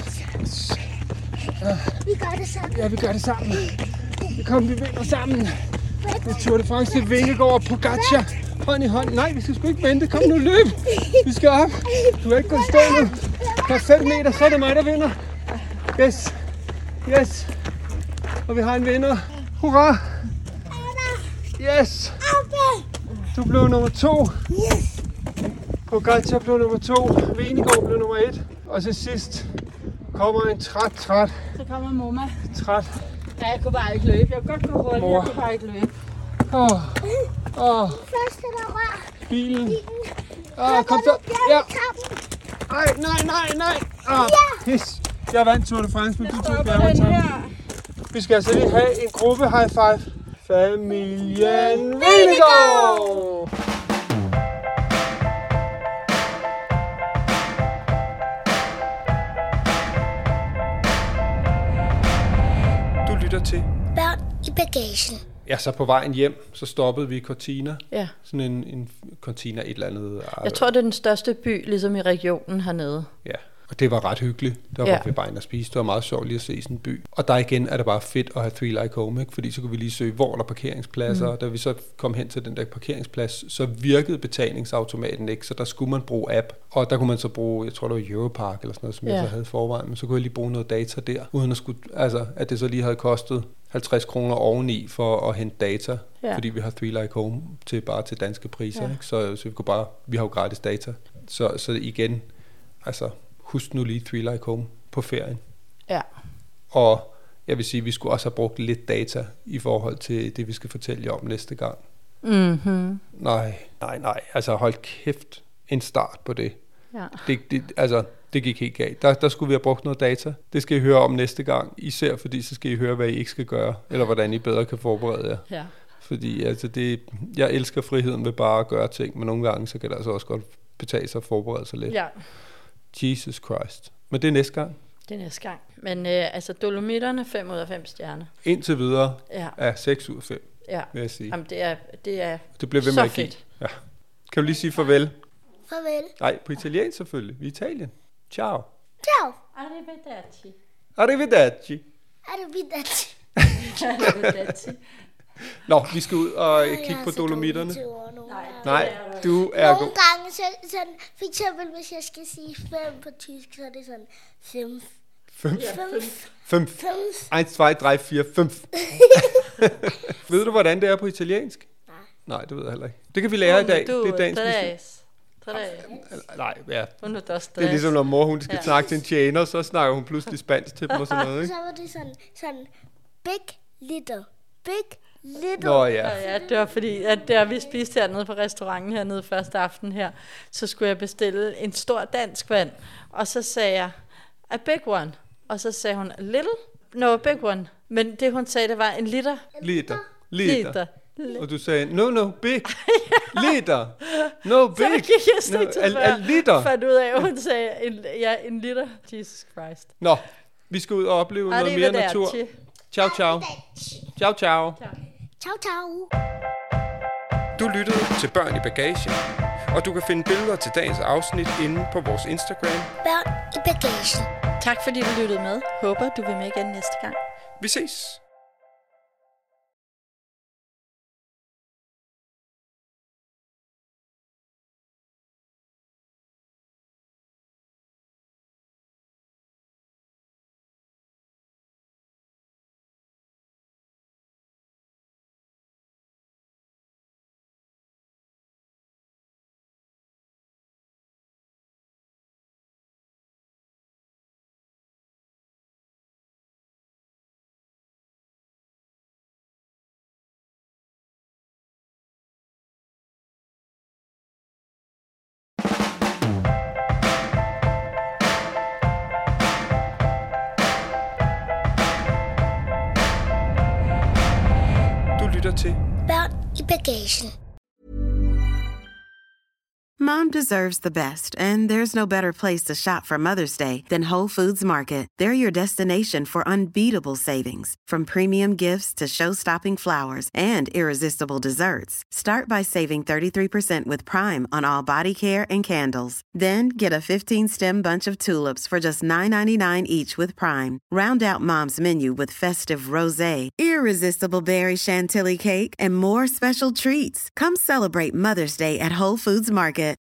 Ja. Vi gør det sammen. Ja, vi gør det sammen. Kom, vi vinder sammen. Det er Tour de France til Vingegaard og Pogacar. Hånd i hånd. Nej, vi skal sgu ikke vente. Kom nu, løb. Vi skal op. Du er ikke gået stå nu. Der er fem meter, så er det mig, der vinder. Yes. Yes. Og vi har en vinder. Hurra. Yes. Du blev nummer to. Yes. Pogacar blev nummer to. Vingegaard blev nummer et. Og til sidst kommer en træt, træt. Så kommer Moma. Træt. Ja, jeg kunne bare ikke løbe. Jeg kunne godt gå hurtigt, jeg kunne bare ikke løbe. Åh. Oh. Åh. Oh. Første, der rør. Bilen. Åh, oh, kom så. Ja. Nej, nej, nej, nej. Ah, pis. Jeg vandt Tour de France, men du tog bjergetappen. Vi skal altså lige have en gruppe high five. Familien Vingegaard! Til. Børn i bagagen. Ja, så på vejen hjem, så stoppede vi i Cortina. Ja. Sådan en, en Cortina, et eller andet. Jeg tror, det er den største by, ligesom i regionen hernede. Ja, Og det var ret hyggeligt. Der var Ja. vi bare inde og spise. Det var meget sjovt lige at se sådan en by. Og der igen er det bare fedt at have Three Like Home, ikke? Fordi så kunne vi lige søge, hvor der er parkeringspladser. Mm. Og da vi så kom hen til den der parkeringsplads, så virkede betalingsautomaten ikke, så der skulle man bruge app. Og der kunne man så bruge, jeg tror det var Europark eller sådan noget, som ja. jeg så havde i forvejen. Men så kunne jeg lige bruge noget data der, uden at, skulle, altså, at det så lige havde kostet halvtreds kroner oveni for at hente data. Ja. Fordi vi har Three Like Home til bare til danske priser. Ja. Ikke? Så, så vi kunne bare, vi har jo gratis data. Så, så igen, altså... Husk nu lige Three Like Home på ferien. Ja. Og jeg vil sige, at vi skulle også have brugt lidt data i forhold til det, vi skal fortælle jer om næste gang. Mm-hmm. Nej, nej, nej. Altså hold kæft en start på det. Ja. Det, det, altså, det gik helt galt. Der, der skulle vi have brugt noget data. Det skal I høre om næste gang. Især fordi, så skal I høre, hvad I ikke skal gøre. Eller hvordan I bedre kan forberede jer. Ja. Fordi altså, det, jeg elsker friheden ved bare at gøre ting, men nogle gange, så kan det altså også godt betale sig at forberede sig lidt. Ja. Jesus Christ. Men det er næste gang. Det er næste gang. Men øh, altså Dolomitterne, fem ud af fem stjerner. Indtil videre ja. er seks ud af fem, ja. vil jeg sige. Jamen, det er, det er det bliver ved med så at give. fedt. Ja. Kan du lige sige farvel? Farvel. Nej, på italiensk selvfølgelig. Vi er Italien. Ciao. Ciao. Arrivederci. Arrivederci. Arrivederci. Arrivederci. Nå, vi skal ud og kigge på Dolomitterne. Nej, du er Nogle god. gange, så, sådan, for eksempel hvis jeg skal sige fem på tysk, så er det sådan fem. Fem. Fem. Fem. En, to, tre, fire, fem. Ved du, hvordan det er på italiensk? Nej. Nej, det ved jeg heller ikke. Det kan vi lære i dag. Du, det er dagens tres. Nej, ja. Det er ligesom, når mor hun skal ja. snakke til en tjener, så snakker hun pludselig spansk til dem og sådan noget, ikke? Så var det sådan, sådan big, little, big, little. Nå ja. Ja, det var fordi, at der vi spiste hernede på restauranten hernede første aften her, så skulle jeg bestille en stor dansk vand, og så sagde jeg, a big one. Og så sagde hun, a little? No, a big one. Men det hun sagde, det var en liter. Liter. Liter. Liter. Og du sagde, no, no, big. Liter. No, big. Så gik jeg slet no, til a, a liter. fandt ud af, at hun sagde, en, ja, en liter. Jesus Christ. Nå, vi skal ud og opleve noget mere natur. Ciao, ciao. Ciao, ciao. Ciao, ciao. Du lyttede til Børn i Bagagen, og du kan finde billeder til dagens afsnit inde på vores Instagram. Børn i Bagagen. Tak fordi du lyttede med. Håber du vil med igen næste gang. Vi ses. Til Børn i Bagagen. Mom deserves the best, and there's no better place to shop for Mother's Day than Whole Foods Market. They're your destination for unbeatable savings, from premium gifts to show-stopping flowers and irresistible desserts. Start by saving thirty-three percent with Prime on all body care and candles. Then get a fifteen-stem bunch of tulips for just nine ninety-nine each with Prime. Round out Mom's menu with festive rosé, irresistible berry chantilly cake, and more special treats. Come celebrate Mother's Day at Whole Foods Market.